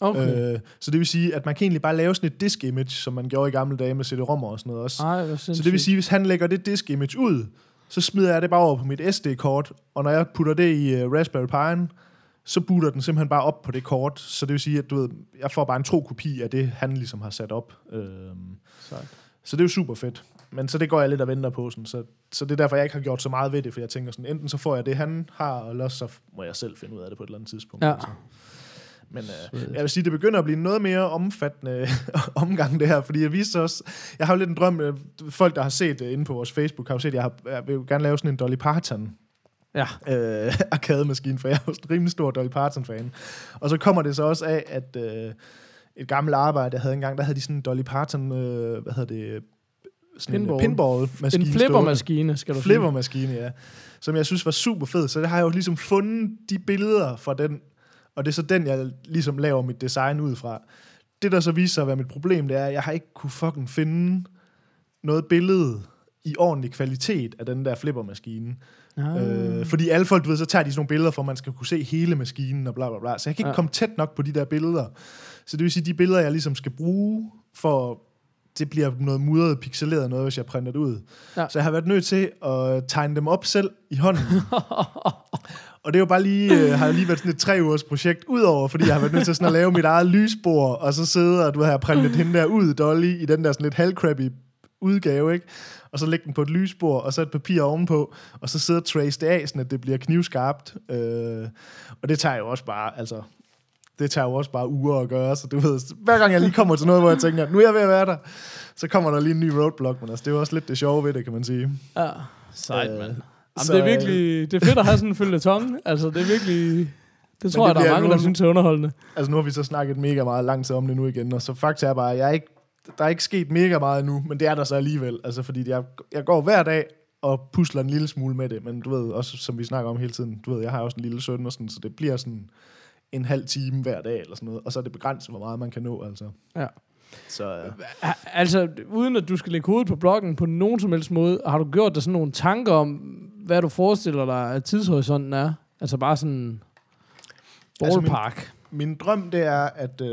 Speaker 2: Okay.
Speaker 3: Så det vil sige, at man kan egentlig bare lave sådan et disk image, som man gjorde i gamle dage med CD-rom'er og sådan noget også.
Speaker 2: Ej,
Speaker 3: så det vil sige, hvis han lægger det disk image ud, så smider jeg det bare over på mit SD-kort, og når jeg putter det i Raspberry Pi'en, så booter den simpelthen bare op på det kort. Så det vil sige, at du ved, jeg får bare en tro kopi af det, han ligesom har sat op. Så det er jo super fedt. Men så det går jeg lidt og venter på. Sådan. Så det er derfor, jeg ikke har gjort så meget ved det, for jeg tænker sådan, enten så får jeg det, han har, eller så må jeg selv finde ud af det på et eller andet tidspunkt.
Speaker 2: Ja.
Speaker 3: Altså. Men jeg vil sige, det begynder at blive noget mere omfattende omgang det her, fordi jeg viste også, jeg har jo lidt en drøm, folk der har set inde på vores Facebook, har jo set, jeg vil jo gerne lave sådan en Dolly Parton arkademaskine, for jeg er jo en rimelig stor Dolly Parton-fan. Og så kommer det så også af, at et gammelt arbejde, jeg havde engang, der havde de sådan en Dolly Parton, pinball-maskine.
Speaker 2: En flippermaskine, skal du sige.
Speaker 3: Flippermaskine, ja. Som jeg synes var super fed, så det har jeg jo ligesom fundet de billeder fra den, og det er så den, jeg ligesom laver mit design ud fra. Det, der så viser sig at være mit problem, det er, at jeg har ikke kunne fucking finde noget billede i ordentlig kvalitet af den der flippermaskine. Fordi alle folk, du ved, så tager de sådan nogle billeder, for man skal kunne se hele maskinen og bla bla bla. Så jeg kan ikke komme tæt nok på de der billeder. Så det vil sige, de billeder, jeg ligesom skal bruge, for det bliver noget mudret, pixeleret noget, hvis jeg printer det ud. Ja. Så jeg har været nødt til at tegne dem op selv i hånden. Og det er jo bare lige, har jo lige været sådan et 3 ugers projekt udover, fordi jeg har været nødt til sådan at lave mit eget lysbord, og så sidde og du har printet hende der ud, Dolly, i den der sådan lidt halvcrappy udgave, ikke? Og så lægge den på et lysbord, og så et papir ovenpå, og så sidde og trace det af, sådan at det bliver knivskarpt. Og det tager jo også bare, altså, det tager jo også bare uger at gøre, så du ved, hver gang jeg lige kommer til noget, hvor jeg tænker, nu er jeg ved at være der, så kommer der lige en ny roadblock, men altså, det er jo også lidt det sjove ved det, kan man sige.
Speaker 2: Ja, sejt, mand. Jamen, det er virkelig, det er fedt at have sådan en føljeton. Altså, det er virkelig, det tror jeg, der er mange, der synes er underholdende.
Speaker 3: Altså, nu har vi så snakket mega meget lang tid om det nu igen, og så faktisk er bare, der er ikke sket mega meget endnu, men det er der så alligevel. Altså, fordi jeg går hver dag og pusler en lille smule med det, men du ved, også som vi snakker om hele tiden, du ved, jeg har også en lille søn og sådan, så det bliver sådan en halv time hver dag eller sådan noget, og så er det begrænset, hvor meget man kan nå, altså. Ja. Så,
Speaker 2: altså, uden at du skal lægge hovedet på bloggen på nogen som helst måde, har du gjort dig sådan nogle tanker om, hvad du forestiller dig, at tidshorisonten er? Altså bare sådan ballpark.
Speaker 3: Altså min drøm, det er, at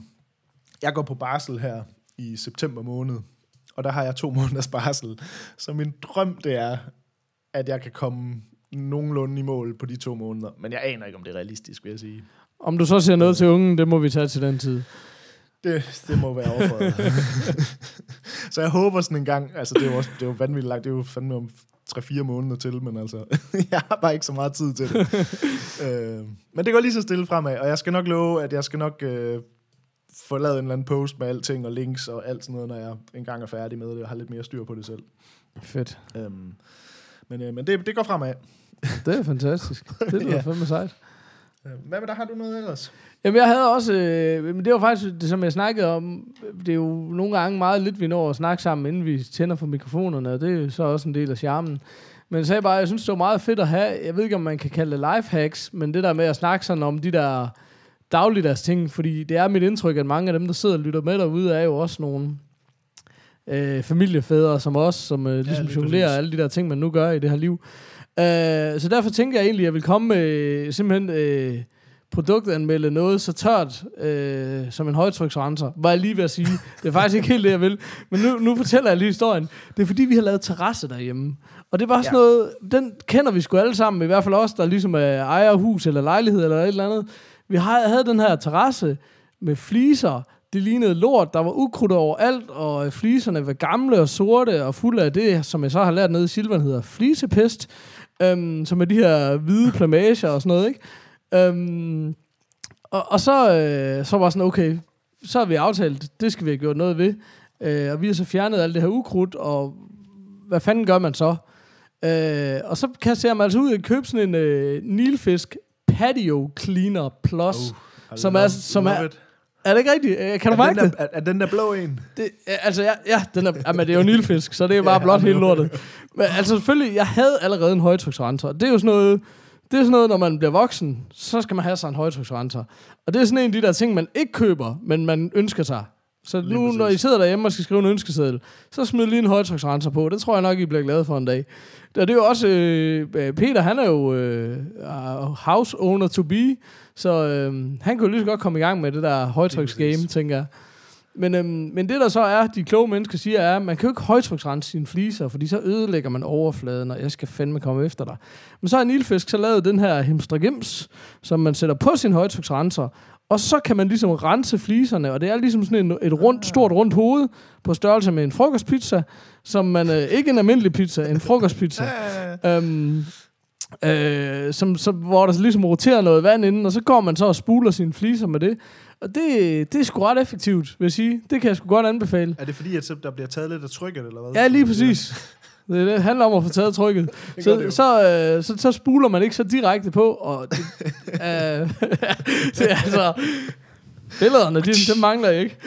Speaker 3: jeg går på barsel her i september måned, og der har jeg 2 måneders barsel. Så min drøm, det er, at jeg kan komme nogenlunde i mål på de 2 måneder. Men jeg aner ikke, om det er realistisk, vil jeg sige.
Speaker 2: Om du så siger noget til ungen, det må vi tage til den tid.
Speaker 3: Det må være overføjet. Så jeg håber sådan en gang, altså det er jo vanvittigt langt, det er jo fandme om 3-4 måneder til, men altså, jeg har bare ikke så meget tid til det. Men det går lige så stille fremad, og jeg skal nok love, at jeg skal nok få lavet en eller anden post med alting og links og alt sådan noget, når jeg engang er færdig med det, og har lidt mere styr på det selv.
Speaker 2: Fedt.
Speaker 3: Men det går fremad.
Speaker 2: Det er fantastisk. Det lyder fandme sejt.
Speaker 3: Hvad med dig? Har du noget ellers?
Speaker 2: Jamen, jeg havde også... men det var faktisk det, som jeg snakkede om. Det er jo nogle gange meget lidt, vi når at snakke sammen, inden vi tænder for mikrofonerne, og det er jo så også en del af charmen. Men jeg sagde bare, jeg synes, det var meget fedt at have... Jeg ved ikke, om man kan kalde det lifehacks, men det der med at snakke sådan om de der dagligdags ting, fordi det er mit indtryk, at mange af dem, der sidder og lytter med derude, er jo også nogle familiefædre som os, som ligesom jonglerer alle de der ting, man nu gør i det her liv. Så derfor tænker jeg egentlig, at jeg vil komme med simpelthen produktanmelde noget så tørt som en højtryksrenser. Var jeg lige ved at sige. Det er faktisk ikke helt det, jeg vil. Men nu fortæller jeg lige historien. Det er fordi, vi har lavet terrasse derhjemme. Og det er bare sådan noget, den kender vi sgu alle sammen, i hvert fald os, der ligesom er ejer hus eller lejlighed eller et eller andet. Vi havde den her terrasse med fliser. Det lignede lort, der var ukrudt overalt, og fliserne var gamle og sorte og fulde af det, som jeg så har lært nede i Silvan hedder flisepest, som er de her hvide plamager og sådan noget, ikke? Og så var sådan, okay, så har vi aftalt, det skal vi have gjort noget ved, og vi har så fjernet alt det her ukrudt, og hvad fanden gør man så? Og så kaster jeg mig altså ud og købe sådan en Nilfisk Patio Cleaner Plus, som er er det ikke rigtigt? Kan du mærke det?
Speaker 3: Er den der blå en?
Speaker 2: Den er, men det er jo Nilfisk, så det er bare blot hele lortet. Men altså selvfølgelig, jeg havde allerede en højtryksrenser. Det er jo sådan noget, når man bliver voksen, så skal man have sig en højtryksrenser. Og det er sådan en af de der ting, man ikke køber, men man ønsker sig. Så nu, når I sidder derhjemme og skal skrive en ønskeseddel, så smid lige en højtryksrenser på. Det tror jeg nok, I bliver glade for en dag. Og det er jo også... Peter, han er jo house owner to be, så han kunne lige så godt komme i gang med det der højtryksgame, tænker jeg. Men det, der så er, de kloge mennesker siger, er, at man kan jo ikke højtryksrense sine fliser, fordi så ødelægger man overfladen, og jeg skal fandme komme efter dig. Men så har Nilfisk så lavet den her Hemstragims, som man sætter på sin højtryksrenser, og så kan man ligesom rense fliserne, og det er ligesom sådan et stort rundt hoved på størrelse med en frokostpizza, som man ikke en almindelig pizza, en frokostpizza. Hvor der ligesom roterer noget vand inden, og så går man så og spuler sine fliser med det. Og det er sgu ret effektivt, vil jeg sige. Det kan jeg sgu godt anbefale.
Speaker 3: Er det fordi, at der bliver taget lidt af trykket, eller hvad?
Speaker 2: Ja, lige præcis. Det handler om at få taget trykket. Så spuler man ikke så direkte på, og det er altså... Billederne, det mangler jeg ikke.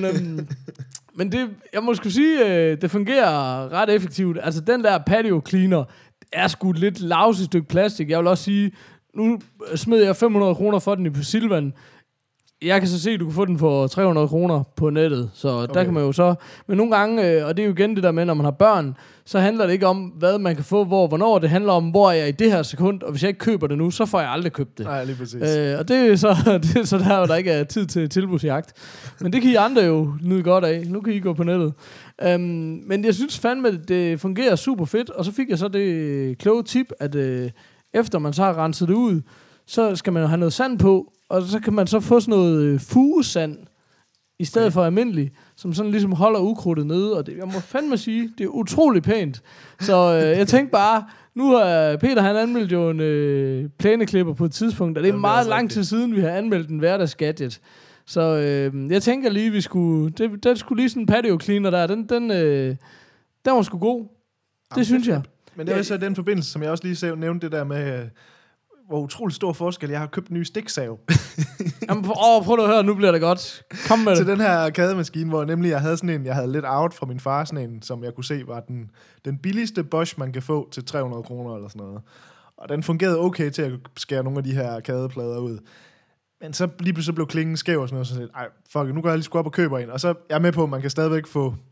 Speaker 2: Men det, jeg må sgu sige, det fungerer ret effektivt. Altså, den der patio cleaner er sgu et lidt lavse stykke plastik. Jeg vil også sige, nu smed jeg 500 kroner for den i Silvan. Jeg kan så se, at du kan få den for 300 kroner på nettet, så okay. Der kan man jo så... Men nogle gange, og det er jo igen det der med, når man har børn, så handler det ikke om, hvad man kan få, hvornår. Det handler om, hvor jeg er i det her sekund, og hvis jeg ikke køber det nu, så får jeg aldrig købt det.
Speaker 3: Nej, lige præcis.
Speaker 2: Og det er så der, hvor der ikke er tid til tilbudsjagt. Men det kan I andre jo nyde godt af. Nu kan I gå på nettet. Men jeg synes fandme, det fungerer super fedt, og så fik jeg så det kloge tip, at efter man så har renset det ud, så skal man jo have noget sand på, og så kan man så få sådan noget fugesand, i stedet for almindelig, som sådan ligesom holder ukrudtet nede, og det, jeg må fandme sige, det er utrolig pænt. Så jeg tænkte bare, nu har Peter, han anmeldt jo en plæneklipper på et tidspunkt, og det er meget lang tid siden, vi har anmeldt en hverdagsgadget. Så jeg tænker lige, vi skulle, den skulle lige sådan en patio cleaner der, den var sgu god. Det synes jeg.
Speaker 3: Men det er så den forbindelse, som jeg også lige nævnte det der med... hvor utrolig stor forskel. Jeg har købt en ny stiksav.
Speaker 2: Jamen, prøv at høre, nu bliver det godt. Kom med det.
Speaker 3: Til den her arkademaskine, hvor nemlig jeg havde sådan en, jeg havde lidt out fra min far, sådan en, som jeg kunne se var den billigste Bosch, man kan få til 300 kroner eller sådan noget. Og den fungerede okay til at skære nogle af de her arkadeplader ud. Men så lige pludselig blev klingen skæv og sådan noget, så sådan, ej, fuck, nu går jeg lige sgu op og køber en. Og så jeg er med på, at man kan stadigvæk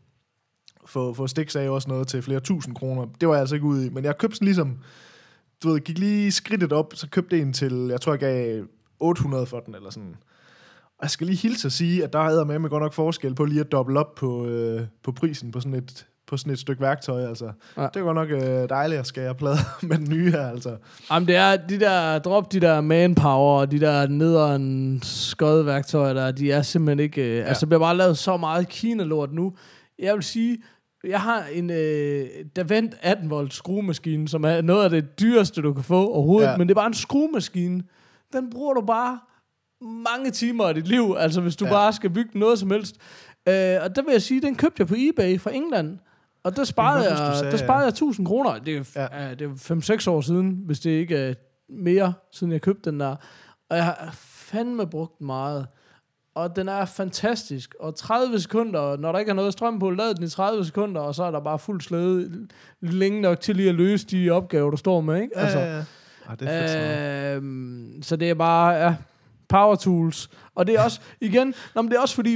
Speaker 3: få stiksave og sådan noget til flere 1000 kroner. Det var jeg altså ikke ude i. Men jeg købte sådan ligesom, du ved, gik lige skridtet op, så købte en til, jeg tror jeg gav 800 for den, eller sådan. Og jeg skal lige hilse at sige, at der er med godt nok forskel på lige at doble op på prisen på sådan et stykke værktøj, altså. Ja. Det er godt nok dejligt at skære plader med den nye her, altså.
Speaker 2: Jamen, det er de der manpower, og de der nederen skøde værktøjer der, de er simpelthen ikke, altså, der bliver bare lavet så meget Kina-lort nu. Jeg vil sige, jeg har en Davent 18-volt skruemaskine, som er noget af det dyreste, du kan få overhovedet, men det er bare en skruemaskine. Den bruger du bare mange timer af dit liv, altså hvis du bare skal bygge noget som helst. Og der vil jeg sige, den købte jeg på eBay fra England, og der sparede jeg 1000 kroner. Det er 5-6 år siden, hvis det ikke er mere, siden jeg købte den der. Og jeg har fandme brugt meget. Og den er fantastisk. Og 30 sekunder, når der ikke er noget strøm på, lad den i 30 sekunder, og så er der bare fuld slæde længe nok til lige at løse de opgaver, du står med, ikke? Altså,
Speaker 3: ja. Det er fedt,
Speaker 2: så det er bare, power tools. Og det er også, igen, det er også fordi,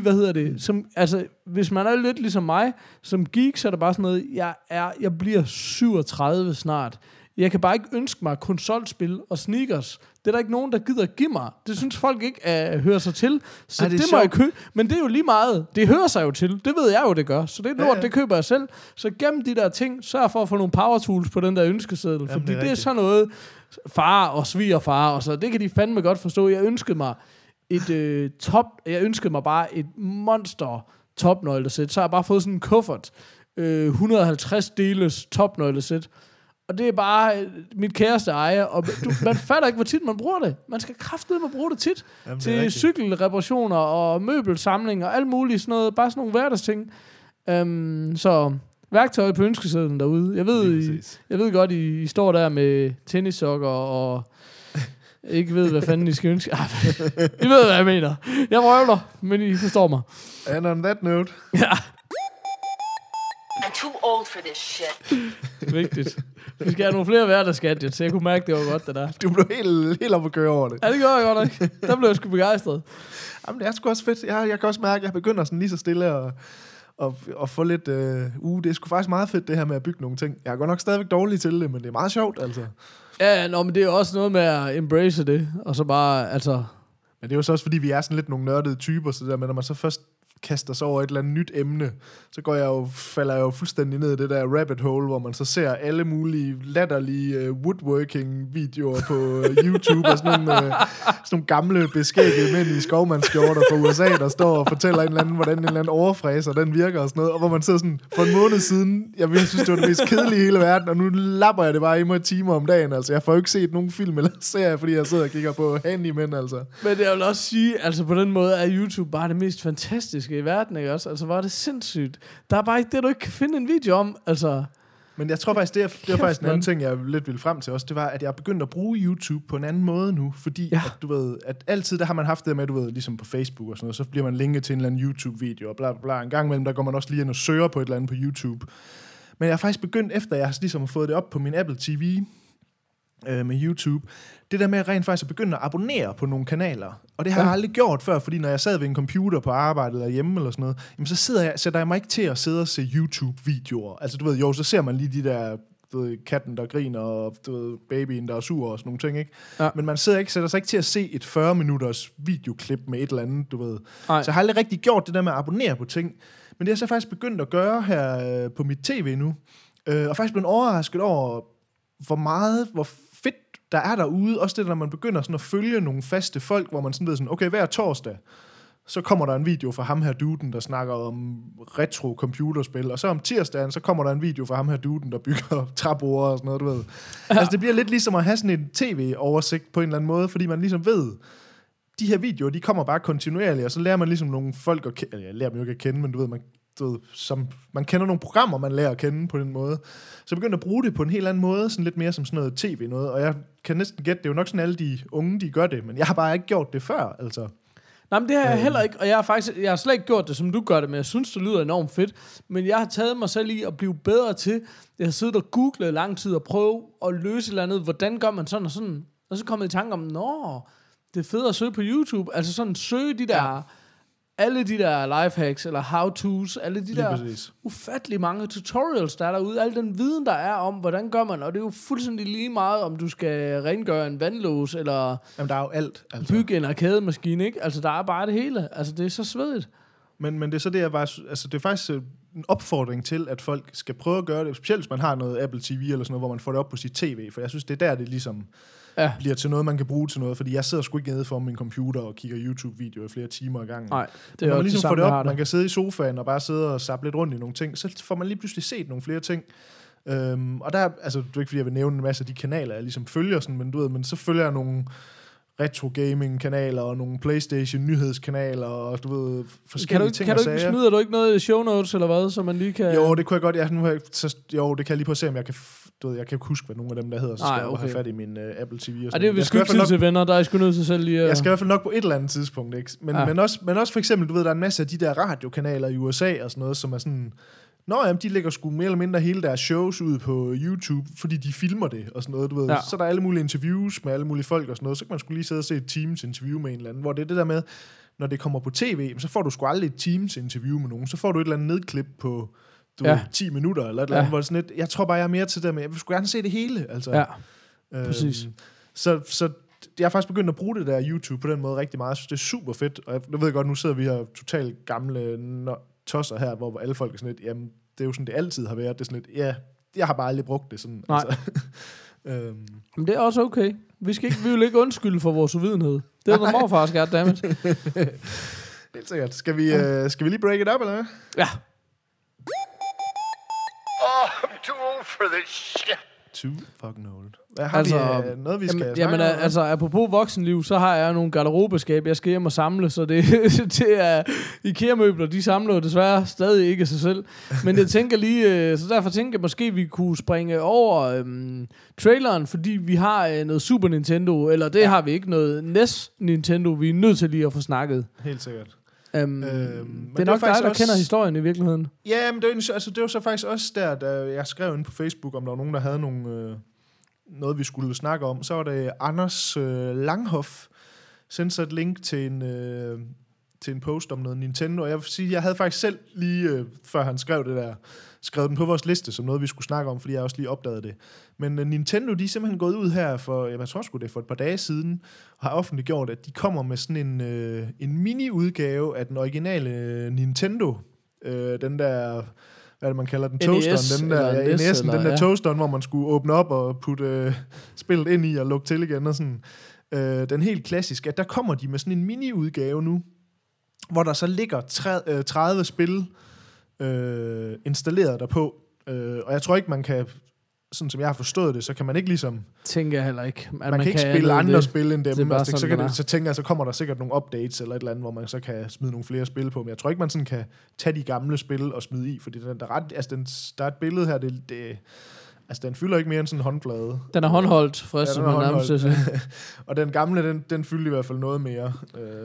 Speaker 2: hvis man er lidt ligesom mig, som geek, så er det bare sådan noget, jeg bliver 37 snart. Jeg kan bare ikke ønske mig konsolspil og sneakers. Det er der ikke nogen, der gider give mig. Det synes folk ikke hører sig til. Så det må jeg købe. Men det er jo lige meget. Det hører sig jo til. Det ved jeg jo, det gør. Så det er lort, det køber jeg selv. Så gem de der ting. Sørg for at få nogle power tools på den der ønskeseddel. Fordi det er sådan noget far og svigerfar. Og så det kan de fandme godt forstå. Jeg ønskede mig bare et monster topnøglesæt. Så har jeg bare fået sådan en kuffert. 150 deles topnøglesæt. Og det er bare mit kæreste ejer, og man fatter ikke, hvor tit man bruger det. Man skal kraftedeme bruge det tit. Jamen, det til cykelreparationer og møbelsamling og alt muligt sådan noget. Bare sådan nogle hverdagsting. Så værktøj på ønskesedlen derude. Jeg ved godt, I står der med tennissokker og ikke ved, hvad fanden I skal ønske. I ved, hvad jeg mener. Jeg røvler, men I forstår mig.
Speaker 3: And on that note...
Speaker 1: Man
Speaker 4: too old for this shit.
Speaker 2: Vigtigt. Vi skal have nogle flere hverdagsgadgets, så jeg kunne mærke, det var godt, det der.
Speaker 3: Du blev helt op at køre over det.
Speaker 2: Ja, det gør jeg godt nok. Der blev jeg sgu begejstret.
Speaker 3: Jamen, det er sgu også fedt. Jeg kan også mærke, at jeg begynder sådan lige så stille og få lidt... det er sgu faktisk meget fedt, det her med at bygge nogle ting. Jeg er godt nok stadigvæk dårlig til det, men det er meget sjovt, altså.
Speaker 2: Ja, men det er også noget med at embrace det, og så bare, altså...
Speaker 3: Men det er jo så også, fordi vi er sådan lidt nogle nørdede typer, så der, men når man så først kaster sig over et eller andet nyt emne, så falder jeg jo fuldstændig ned i det der rabbit hole, hvor man så ser alle mulige latterlige woodworking-videoer på YouTube, og sådan nogle gamle beskæggede mænd i skovmandsskjorter fra USA, der står og fortæller en eller anden, hvordan en eller anden overfræser, den virker og sådan noget, og hvor man sidder sådan, for en måned siden, jeg synes, det var det mest kedelige i hele verden, og nu lapper jeg det bare i mig timer om dagen, altså. Jeg får jo ikke set nogen film eller serier, fordi jeg sidder og kigger på handymænd, altså.
Speaker 2: Men jeg vil også sige, altså på den måde er YouTube bare det mest fantastiske i verden, ikke også? Altså, var det sindssygt. Der er bare ikke det, du ikke kan finde en video om, altså...
Speaker 3: Men jeg tror faktisk, det er faktisk en anden ting, jeg lidt ville frem til også, det var, at jeg er begyndt at bruge YouTube på en anden måde nu, fordi at, du ved, at altid, der har man haft det med, du ved, ligesom på Facebook og sådan noget, så bliver man linket til en eller anden YouTube-video, og bla bla bla. En gang imellem, der går man også lige ind og søger på et eller andet på YouTube. Men jeg har faktisk begyndt, efter jeg har ligesom fået det op på min Apple TV, med YouTube, det der med rent faktisk at begynde at abonnere på nogle kanaler. Og det har jeg aldrig gjort før, fordi når jeg sad ved en computer på arbejde eller hjemme eller sådan noget, jamen så sætter jeg mig ikke til at sidde og se YouTube-videoer. Altså du ved, jo, så ser man lige de der, du ved, katten der griner, og du ved, babyen der er sur og sådan nogle ting, ikke? Ja. Men man sætter sig ikke til at se et 40-minutters videoklip med et eller andet, du ved. Ej. Så jeg har aldrig rigtig gjort det der med at abonnere på ting. Men det er jeg så faktisk begyndt at gøre her på mit tv nu. Og faktisk blevet overrasket over, hvor fedt der er derude. Også det, når man begynder sådan at følge nogle faste folk, hvor man sådan ved sådan, okay, hver torsdag, så kommer der en video fra ham her duden, der snakker om retro computerspil, og så om tirsdagen, så kommer der en video fra ham her duden, der bygger træborde og sådan noget, du ved. Ja. Altså, det bliver lidt ligesom at have sådan en tv-oversigt på en eller anden måde, fordi man ligesom ved, de her videoer, de kommer bare kontinuerligt, og så lærer man ligesom nogle folk at kende, jeg lærer dem jo ikke at kende, men du ved, man kender nogle programmer, man lærer at kende på den måde. Så jeg begyndte at bruge det på en helt anden måde, sådan lidt mere som sådan noget tv noget, og jeg kan næsten gætte, det er jo nok sådan alle de unge, de gør det, men jeg har bare ikke gjort det før, altså.
Speaker 2: Nej, men det har jeg heller ikke, og jeg har slet ikke gjort det, som du gør det, men jeg synes, det lyder enormt fedt. Men jeg har taget mig selv i at blive bedre til, jeg har siddet og googlet lang tid og prøvet at løse et eller andet, hvordan gør man sådan og sådan, og så kom jeg i tanke om, det er fedt at søge på YouTube, altså sådan søge de der, alle de der lifehacks, eller how-tos, alle de der ufattelig mange tutorials, der er derude, al den viden, der er om, hvordan gør man, og det er jo fuldstændig lige meget, om du skal rengøre en vandlås, eller
Speaker 3: jamen, der er jo alt, altså.
Speaker 2: Bygge en arkademaskine, ikke? Altså, der er bare det hele. Altså, det er så svedigt.
Speaker 3: Men det er så det, jeg bare... Altså, det er faktisk en opfordring til, at folk skal prøve at gøre det, specielt hvis man har noget Apple TV eller sådan noget, hvor man får det op på sit tv, for jeg synes, det er der, det ligesom bliver til noget, man kan bruge til noget, fordi jeg sidder sgu ikke nede foran min computer og kigger YouTube-videoer i flere timer ad gangen.
Speaker 2: Nej, det er
Speaker 3: når man
Speaker 2: jo
Speaker 3: ligesom
Speaker 2: det
Speaker 3: får det op,
Speaker 2: det.
Speaker 3: man kan sidde i sofaen og bare sidde og zappe lidt rundt i nogle ting, så får man lige pludselig set nogle flere ting. Og der, altså, det er ikke fordi, jeg vil nævne en masse af de kanaler, jeg ligesom følger sådan, men du ved, men så følger jeg nogle retro-gaming-kanaler og nogle PlayStation-nyhedskanaler og du ved, forskellige ting og sager.
Speaker 2: Smider du ikke noget i show notes eller hvad, så man lige kan...
Speaker 3: Jo, det kunne jeg godt. Det kan jeg lige prøve at se, om jeg kan... jeg kan ikke huske, hvad nogle af dem der hedder, så skal jeg have fat i min Apple TV. Og
Speaker 2: det er jo sgu tid til venner, der er sgu nødt til selv lige...
Speaker 3: Jeg skal i hvert fald nok på et eller andet tidspunkt, ikke? Men også for eksempel, du ved, der er en masse af de der radiokanaler i USA og sådan noget, som er sådan... Jamen, de lægger sgu mere eller mindre hele deres shows ud på YouTube, fordi de filmer det og sådan noget, du ved. Ja. Så er der alle mulige interviews med alle mulige folk og sådan noget, så kan man sgu lige sidde og se et Teams interview med en eller anden, hvor det er det der med, når det kommer på tv, så får du sgu aldrig et Teams interview med nogen, så får du et eller andet nedklip på 10 minutter eller et eller andet, hvor det sådan lidt, jeg tror bare, jeg er mere til det med, jeg vil sgu gerne se det hele, altså.
Speaker 2: Ja, præcis.
Speaker 3: Så jeg har faktisk begyndt at bruge det der YouTube på den måde rigtig meget, jeg synes, det er super fedt, og jeg ved godt, nu sidder vi her totalt gamle tosser her, hvor alle folk er sådan lidt, jamen, det er jo sådan, det altid har været. Det er sådan lidt, jeg har bare aldrig brugt det sådan.
Speaker 2: Nej.
Speaker 3: Altså.
Speaker 2: Men det er også okay. Vi vil ikke undskylde for vores uvidenhed. Det er noget morfars, goddammit.
Speaker 3: Helt sikkert. Skal vi lige break it up, eller hvad?
Speaker 2: Ja.
Speaker 1: I'm too old for this shit.
Speaker 3: Too fucking old. Hvad har vi noget, vi skal snakke
Speaker 2: om? Altså, apropos voksenliv, så har jeg nogle garderobeskab, jeg skal hjem og samle, så det er IKEA-møbler, de samler jo desværre stadig ikke af sig selv. Men jeg tænker lige, så derfor tænker jeg, måske vi kunne springe over traileren, fordi vi har noget Super Nintendo, eller det har vi ikke, noget NES Nintendo, vi er nødt til lige at få snakket.
Speaker 3: Helt sikkert.
Speaker 2: Det er nok dig, der kender historien i virkeligheden.
Speaker 3: Ja, men det var så faktisk også der, da jeg skrev ind på Facebook, om der var nogen, der havde noget, vi skulle snakke om. Så var det Anders Langhoff, sendte så et link til en post om noget Nintendo, og jeg vil sige, jeg havde faktisk selv lige, før han skrev det der, skrevet den på vores liste, som noget, vi skulle snakke om, fordi jeg også lige opdagede det. Men Nintendo, de er simpelthen gået ud her for, jeg tror sgu det for et par dage siden, og har offentliggjort, at de kommer med sådan en mini-udgave af den originale Nintendo. Den der, hvad det man kalder den, toasteren, den der NS'en, den der toasteren, hvor man skulle åbne op og putte spillet ind i og lukke til igen og sådan. Den helt klassiske, at der kommer de med sådan en mini-udgave nu, hvor der så ligger 30 spil installeret derpå. Og jeg tror ikke, man kan, sådan som jeg har forstået det, så kan man ikke ligesom...
Speaker 2: Tænker jeg heller ikke.
Speaker 3: Man kan ikke spille andre spil end dem.
Speaker 2: Så
Speaker 3: tænker jeg, så kommer der sikkert nogle updates eller et eller andet, hvor man så kan smide nogle flere spil på. Men jeg tror ikke, man sådan kan tage de gamle spil og smide i, fordi der er et billede her, den fylder ikke mere end sådan en håndflade.
Speaker 2: Den er håndholdt, frisk, som man nærmest.
Speaker 3: Og den gamle, den fylder i hvert fald noget mere.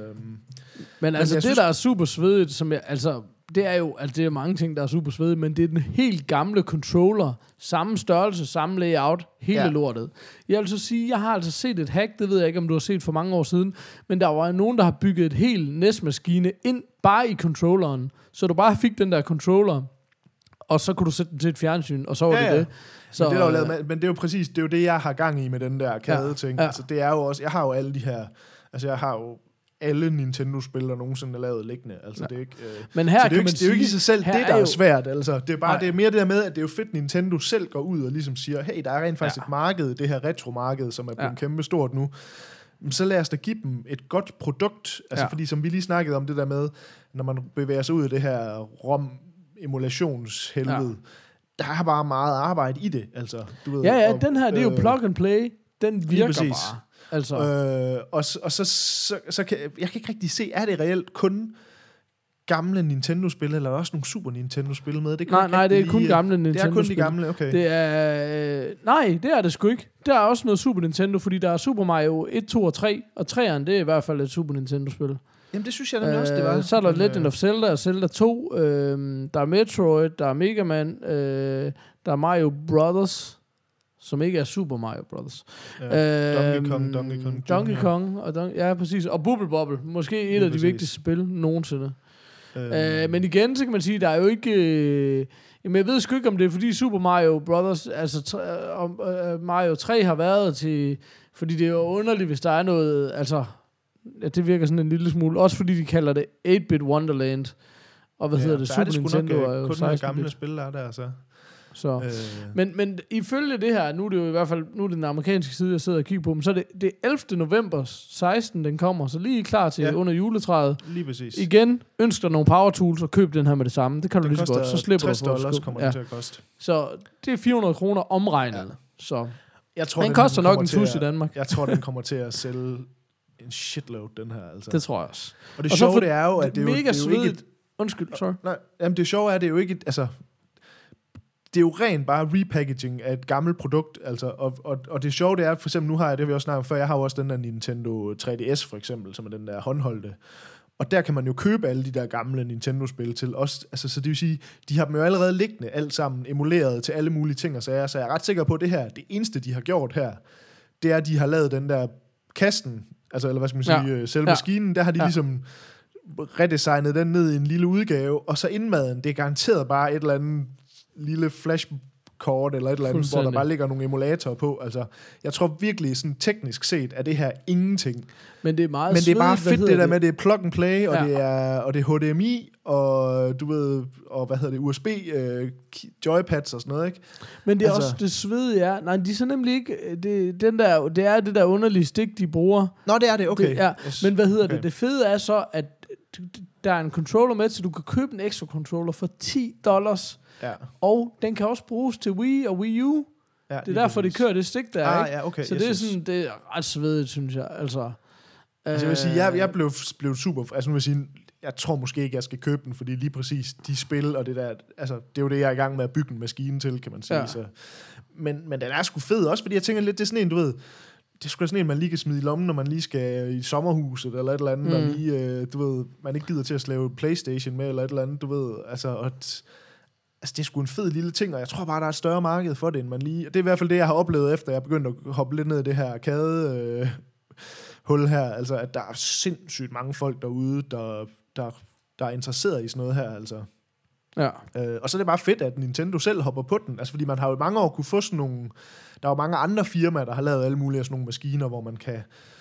Speaker 2: Men altså, det, der er super svedigt, som jeg, altså, det er jo, altså, det er mange ting, der er super svedigt, men det er den helt gamle controller, samme størrelse, samme layout, hele lortet. Jeg vil så sige, jeg har altså set et hack, det ved jeg ikke, om du har set for mange år siden, men der var nogen, der har bygget et helt NES-maskine ind, bare i controlleren, så du bare fik den der controller, og så kunne du sætte den til et fjernsyn, og så var det. Så,
Speaker 3: men det er jo præcis, det er jo det, jeg har gang i med den der arcade-ting. Altså, det er jo også, jeg har jo alle de her, altså jeg har jo alle Nintendo-spil, der nogensinde er lavet liggende. Altså, det er ikke,
Speaker 2: men her
Speaker 3: så det,
Speaker 2: kan
Speaker 3: det er jo ikke i sig selv det, der er svært. Altså, det er bare det er mere det der med, at det er jo fedt, Nintendo selv går ud og ligesom siger, hey, der er rent faktisk et marked, det her retro-marked, som er blevet kæmpe stort nu. Så lad os da give dem et godt produkt. Altså, fordi som vi lige snakkede om det der med, når man bevæger sig ud af det her ROM-emulationshelvede, der er bare meget arbejde i det. Altså, du ved,
Speaker 2: den her, det er jo plug and play. Den virker bare. Altså.
Speaker 3: Og så kan jeg kan ikke rigtig se, er det reelt kun gamle Nintendo-spil, eller også nogle Super Nintendo-spil med? Det
Speaker 2: nej, det er kun gamle Nintendo-spil.
Speaker 3: Det er kun de gamle, okay.
Speaker 2: Det er, nej, det er det sgu ikke. Der er også noget Super Nintendo, fordi der er Super Mario 1, 2 og 3, og 3'eren, det er i hvert fald et Super Nintendo-spil.
Speaker 3: Jamen, det synes jeg nemlig også, det var.
Speaker 2: Så er der Legend of Zelda og Zelda 2, der er Metroid, der er Mega Man, der er Mario Brothers, som ikke er Super Mario Brothers. Donkey Kong. Ja, præcis. Og Bubble Bobble. Måske et af de vigtigste spil nogensinde. Men igen, så kan man sige, der er jo ikke... jamen, jeg ved sgu ikke, om det er, fordi Super Mario Brothers, altså Mario 3 har været til... Fordi det er jo underligt, hvis der er noget... Altså, ja, det virker sådan en lille smule. Også fordi de kalder det 8-bit Wonderland. Og hvad hedder det? Super Nintendo er jo 16-bit.
Speaker 3: Kun gamle spil, der er der, så...
Speaker 2: Så. Men ifølge det her, nu er det jo i hvert fald den amerikanske side, jeg sidder og kigger på dem, så er det 11. november 16, den kommer, så lige klar til under juletræet.
Speaker 3: Lige præcis.
Speaker 2: Igen, ønsk dig nogle power tools og køb den her med det samme. Det kan du lige så godt, så slipper du
Speaker 3: $60 kommer den til at koste.
Speaker 2: Så det er 400 kroner omregnet. Ja. Så
Speaker 3: jeg tror,
Speaker 2: den koster nok en tus i Danmark.
Speaker 3: Jeg tror, den kommer til at sælge en shitload, den her. Altså.
Speaker 2: Det tror jeg også.
Speaker 3: Og det sjove, det er jo, at det er
Speaker 2: mega
Speaker 3: jo ikke...
Speaker 2: Undskyld, sorry.
Speaker 3: Nej, jamen det sjove er, det er jo ikke... Altså, det er jo rent bare repackaging af et gammelt produkt, altså, og det sjove det er, for eksempel nu har jeg, det har vi også snakket om før, jeg har jo også den der Nintendo 3DS for eksempel, som er den der håndholdte, og der kan man jo købe alle de der gamle Nintendo-spil til os, altså, så det vil sige, de har dem jo allerede liggende alt sammen, emuleret til alle mulige ting og sager, så jeg er ret sikker på, at det her, det eneste de har gjort her, det er, at de har lavet den der kassen, altså, eller hvad skal man sige, selve maskinen, der har de ligesom redesignet den ned i en lille udgave, og så indmaden, det er garanteret bare et eller andet lille flashkort eller et eller andet, hvor der bare ligger nogle emulatorer på. Altså, jeg tror virkelig, sådan teknisk set, er det her ingenting.
Speaker 2: Men det er meget
Speaker 3: Men det er bare fedt, det der med, det er plug and play, og det er HDMI, og du ved, og hvad hedder det, USB, joypads og sådan noget, ikke?
Speaker 2: Men det er også det svedige er, nej, de er så nemlig ikke, det er det der underlige stik, de bruger.
Speaker 3: Nå, det er det, okay.
Speaker 2: Det, yes. Men hvad hedder det? Det fede er så, at der er en controller med, så du kan købe en ekstra controller for $10. Ja. Og den kan også bruges til Wii og Wii U. Ja, det er derfor, de kører det stik der, ikke?
Speaker 3: Ja, okay.
Speaker 2: Så det er sådan, det er ret svedigt, synes jeg. Altså
Speaker 3: jeg vil sige, jeg blev super... Altså nu vil jeg sige, jeg tror måske ikke, jeg skal købe den, fordi lige præcis de spil og det der... Altså, det er jo det, jeg er i gang med at bygge en maskine til, kan man sige. Ja. Så. Men den er sgu fed også, fordi jeg tænker lidt, det er sådan en, du ved... det skulle sådan en, man lige kan smide i lommen, når man lige skal i sommerhuset, eller et eller andet, og lige, du ved, man ikke gider til at slave PlayStation med, eller et eller andet, du ved, altså, det er sgu en fed lille ting, og jeg tror bare, der er et større marked for det, end man lige... Det er i hvert fald det, jeg har oplevet, efter jeg begyndte at hoppe lidt ned i det her arkade-hul her. Altså, at der er sindssygt mange folk derude, der er interesseret i sådan noget her, altså.
Speaker 2: Ja.
Speaker 3: Og så er det bare fedt, at Nintendo selv hopper på den. Altså, fordi man har jo i mange år kunne få sådan nogle... Der er jo mange andre firmaer, der har lavet alle mulige sådan nogle maskiner, hvor man kan...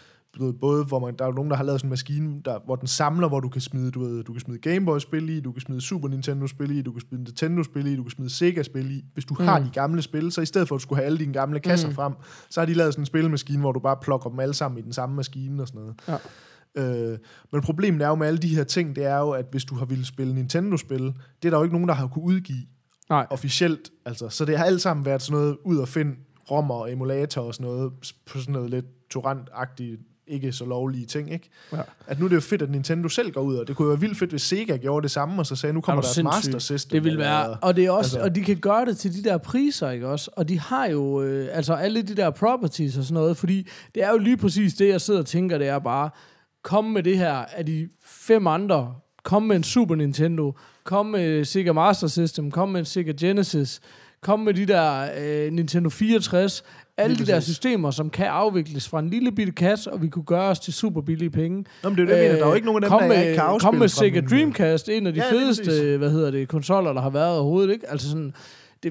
Speaker 3: Både hvor der er jo nogen, der har lavet sådan en maskine, hvor den samler, hvor du kan smide, du kan smide Game Boy-spil i, du kan smide Super Nintendo-spil i, du kan smide Nintendo-spil i, du kan smide Sega-spil i. Hvis du har de gamle spil, så i stedet for at du skulle have alle dine gamle kasser frem, så har de lavet sådan en spilmaskine, hvor du bare plukker dem alle sammen i den samme maskine og sådan noget. Ja. Men problemet er jo med alle de her ting, det er jo, at hvis du har ville spille Nintendo-spil, det er der jo ikke nogen, der har kunne udgive officielt. Altså. Så det har alt sammen været sådan noget ud at finde rommer og emulator og sådan noget, på sådan noget lidt torrent-agtigt, ikke så lovlige ting, ikke? Ja. At nu er det jo fedt, at Nintendo selv går ud, og det kunne være vildt fedt, hvis Sega gjorde det samme, og så sagde, nu kommer der et Master System.
Speaker 2: Det vil være, og det er også, og de kan gøre det til de der priser, ikke også? Og de har jo, altså alle de der properties og sådan noget, fordi det er jo lige præcis det, jeg sidder og tænker, det er bare, kom med det her af de 5 andre, kom med en Super Nintendo, kom med Sega Master System, kom med en Sega Genesis, kom med de der Nintendo 64, alle de der systemer, som kan afvikles fra en lille bitte kasse, og vi kunne gøre os til super billige penge.
Speaker 3: Nå, men det er jo det, der er jo ikke nogen af dem, der ikke kan afspille.
Speaker 2: Kom med Sega Dreamcast, en af de fedeste, konsoller, der har været overhovedet, ikke? Altså sådan, det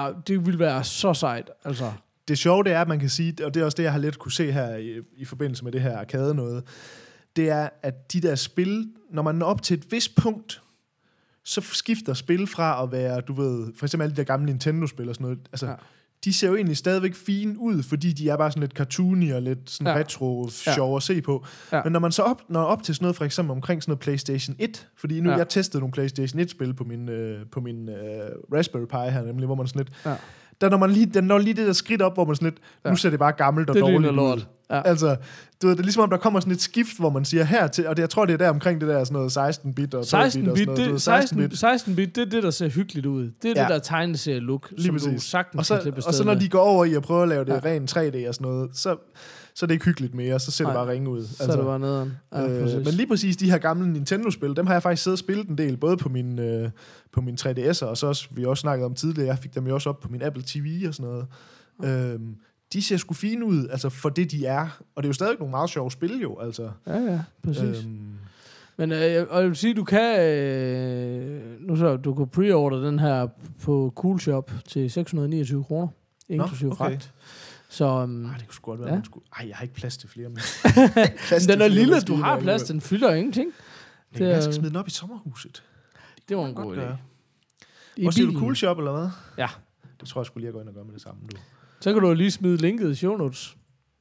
Speaker 2: vil være så sejt, altså.
Speaker 3: Det sjove, det er, at man kan sige, og det er også det, jeg har lidt kunne se her i forbindelse med det her arcade noget, det er, at de der spil, når man når op til et vist punkt, så skifter spil fra at være, du ved, for eksempel alle de der gamle Nintendo-spil og sådan noget, altså, de ser jo egentlig stadigvæk fine ud, fordi de er bare sådan lidt cartoony og lidt sådan retro-sjov at se på. Ja. Men når man så når op til sådan noget, for eksempel omkring sådan noget PlayStation 1, fordi nu jeg testede nogle PlayStation 1-spil på min Raspberry Pi her, nemlig, hvor man sådan lidt... Ja. Der når lige det der skridt op, hvor man sådan lidt, nu ser det bare gammelt og dårligt ud. Ja. Altså, du ved, det er ligesom, om der kommer sådan et skift, hvor man siger hertil, og det, jeg tror, det er der omkring det der sådan noget 16-bit og 12-bit og sådan noget. 16-bit, det er det, der ser hyggeligt ud. Det er det der tegneserie-look, som du sagtens kan klippe og så når de går over i at prøve at lave det ren 3D og sådan noget, så er det ikke hyggeligt mere, så ser det bare ringe ud.
Speaker 2: Så er det bare nederen.
Speaker 3: Men lige præcis de her gamle Nintendo-spil, dem har jeg faktisk siddet og spillet en del, både på min 3DS'er, og så også, vi også snakket om tidligere, jeg fik dem jo også op på min Apple TV og sådan noget. De ser sgu fine ud, altså for det de er. Og det er jo stadig nogle meget sjove spil jo, altså.
Speaker 2: Ja, præcis. Men jeg vil sige, du kan nu så du kan preorder den her på Cool Shop til 629 kroner, inklusive fragt. Så
Speaker 3: det kunne sgu godt være, man skulle... jeg har ikke plads til flere.
Speaker 2: Den er lille, du har plads, den fylder ingenting.
Speaker 3: Jeg skal smide den op i sommerhuset.
Speaker 2: Det var en god idé.
Speaker 3: Hvor siger du Cool Shop, eller hvad?
Speaker 2: Ja.
Speaker 3: Det tror jeg skulle lige gå ind og gøre med det samme, du.
Speaker 2: Så kan du lige smide linket i show notes.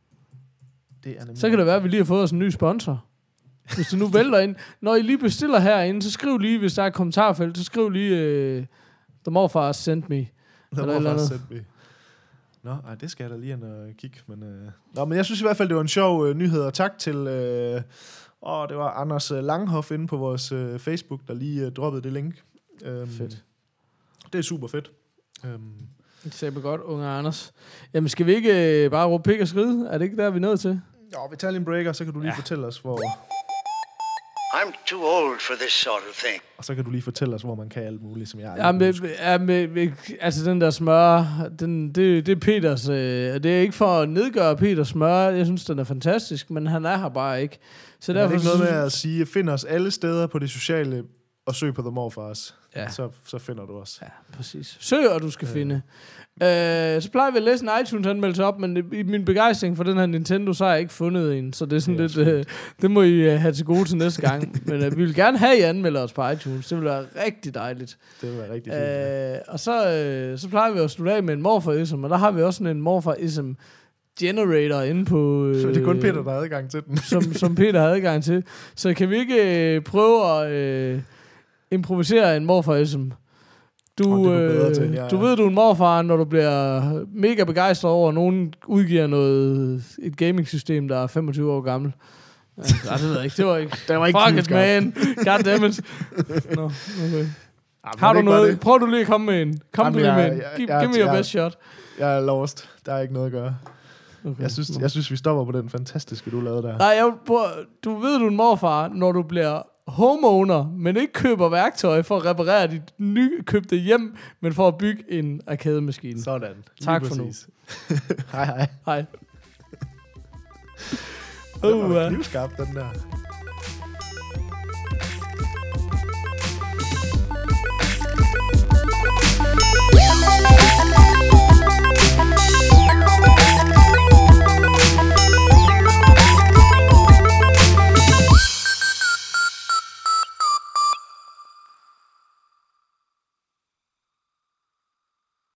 Speaker 2: Så kan det være, at vi lige har fået os en ny sponsor. Hvis det nu vælter ind. Når I lige bestiller herinde, så skriv lige, hvis der er et kommentarfelt, så skriv lige, the morfar sent me.
Speaker 3: The morfar sent me. Nå, det skal jeg da lige ind og kigge. Men jeg synes i hvert fald, det var en sjov nyhed, og tak til... det var Anders Langhoff inde på vores Facebook, der lige droppede det link.
Speaker 2: Fedt.
Speaker 3: Det er super fedt.
Speaker 2: Det sagde godt, unge Anders. Jamen, skal vi ikke bare råbe pik og skride? Er det ikke der, vi er nødt til?
Speaker 3: Jo, vi tager lige en breaker, så kan du lige fortælle os, hvor...
Speaker 1: I'm too old for this sort of thing.
Speaker 3: Og så kan du lige fortælle os, hvor man kan alt muligt, som jeg
Speaker 2: altså den der smør, det er Peters. Det er ikke for at nedgøre Peters smør. Jeg synes, den er fantastisk, men han er her bare ikke. Så
Speaker 3: derfor er det ikke noget med at sige, find os alle steder på det sociale og søg på The Morfars. Ja. Så finder du os.
Speaker 2: Ja, præcis. Søg, og du skal finde. Så plejer vi at læse en iTunes-anmeldelse op, men i min begejstring for den her Nintendo, så har jeg ikke fundet en. Så det er sådan lidt... det må I have til gode til næste gang. Men vi vil gerne have, I anmelder os på iTunes. Det vil være rigtig dejligt.
Speaker 3: Det vil være rigtig fint.
Speaker 2: Og så plejer vi at slutte af med en morfarism, og der har vi også sådan en morfarism generator inde på...
Speaker 3: Så det er kun Peter, der har adgang til den.
Speaker 2: som Peter har adgang til. Så kan vi ikke prøve at... improvisere en morfarism. Du ved, du er en morfar, når du bliver mega begejstret over, at nogen udgiver et gaming-system, der er 25 år gammel. Nej, det ved jeg ikke. Det var ikke fuck it, man. Goddammit. No, okay. Har du noget? Prøv du lige at komme med en. Kom lige med en. Give me your best shot.
Speaker 3: Jeg er lost. Der er ikke noget at gøre.
Speaker 2: Okay.
Speaker 3: Jeg synes, vi stopper på den fantastiske, du lavede der.
Speaker 2: Nej, du ved, du er en morfar, når du bliver homeowner, men ikke køber værktøj for at reparere dit nykøbte hjem, men for at bygge en arcade-maskine.
Speaker 3: Sådan.
Speaker 2: Tak for nu.
Speaker 3: Hej.
Speaker 2: Hej.
Speaker 3: Den var knivskarp, den der.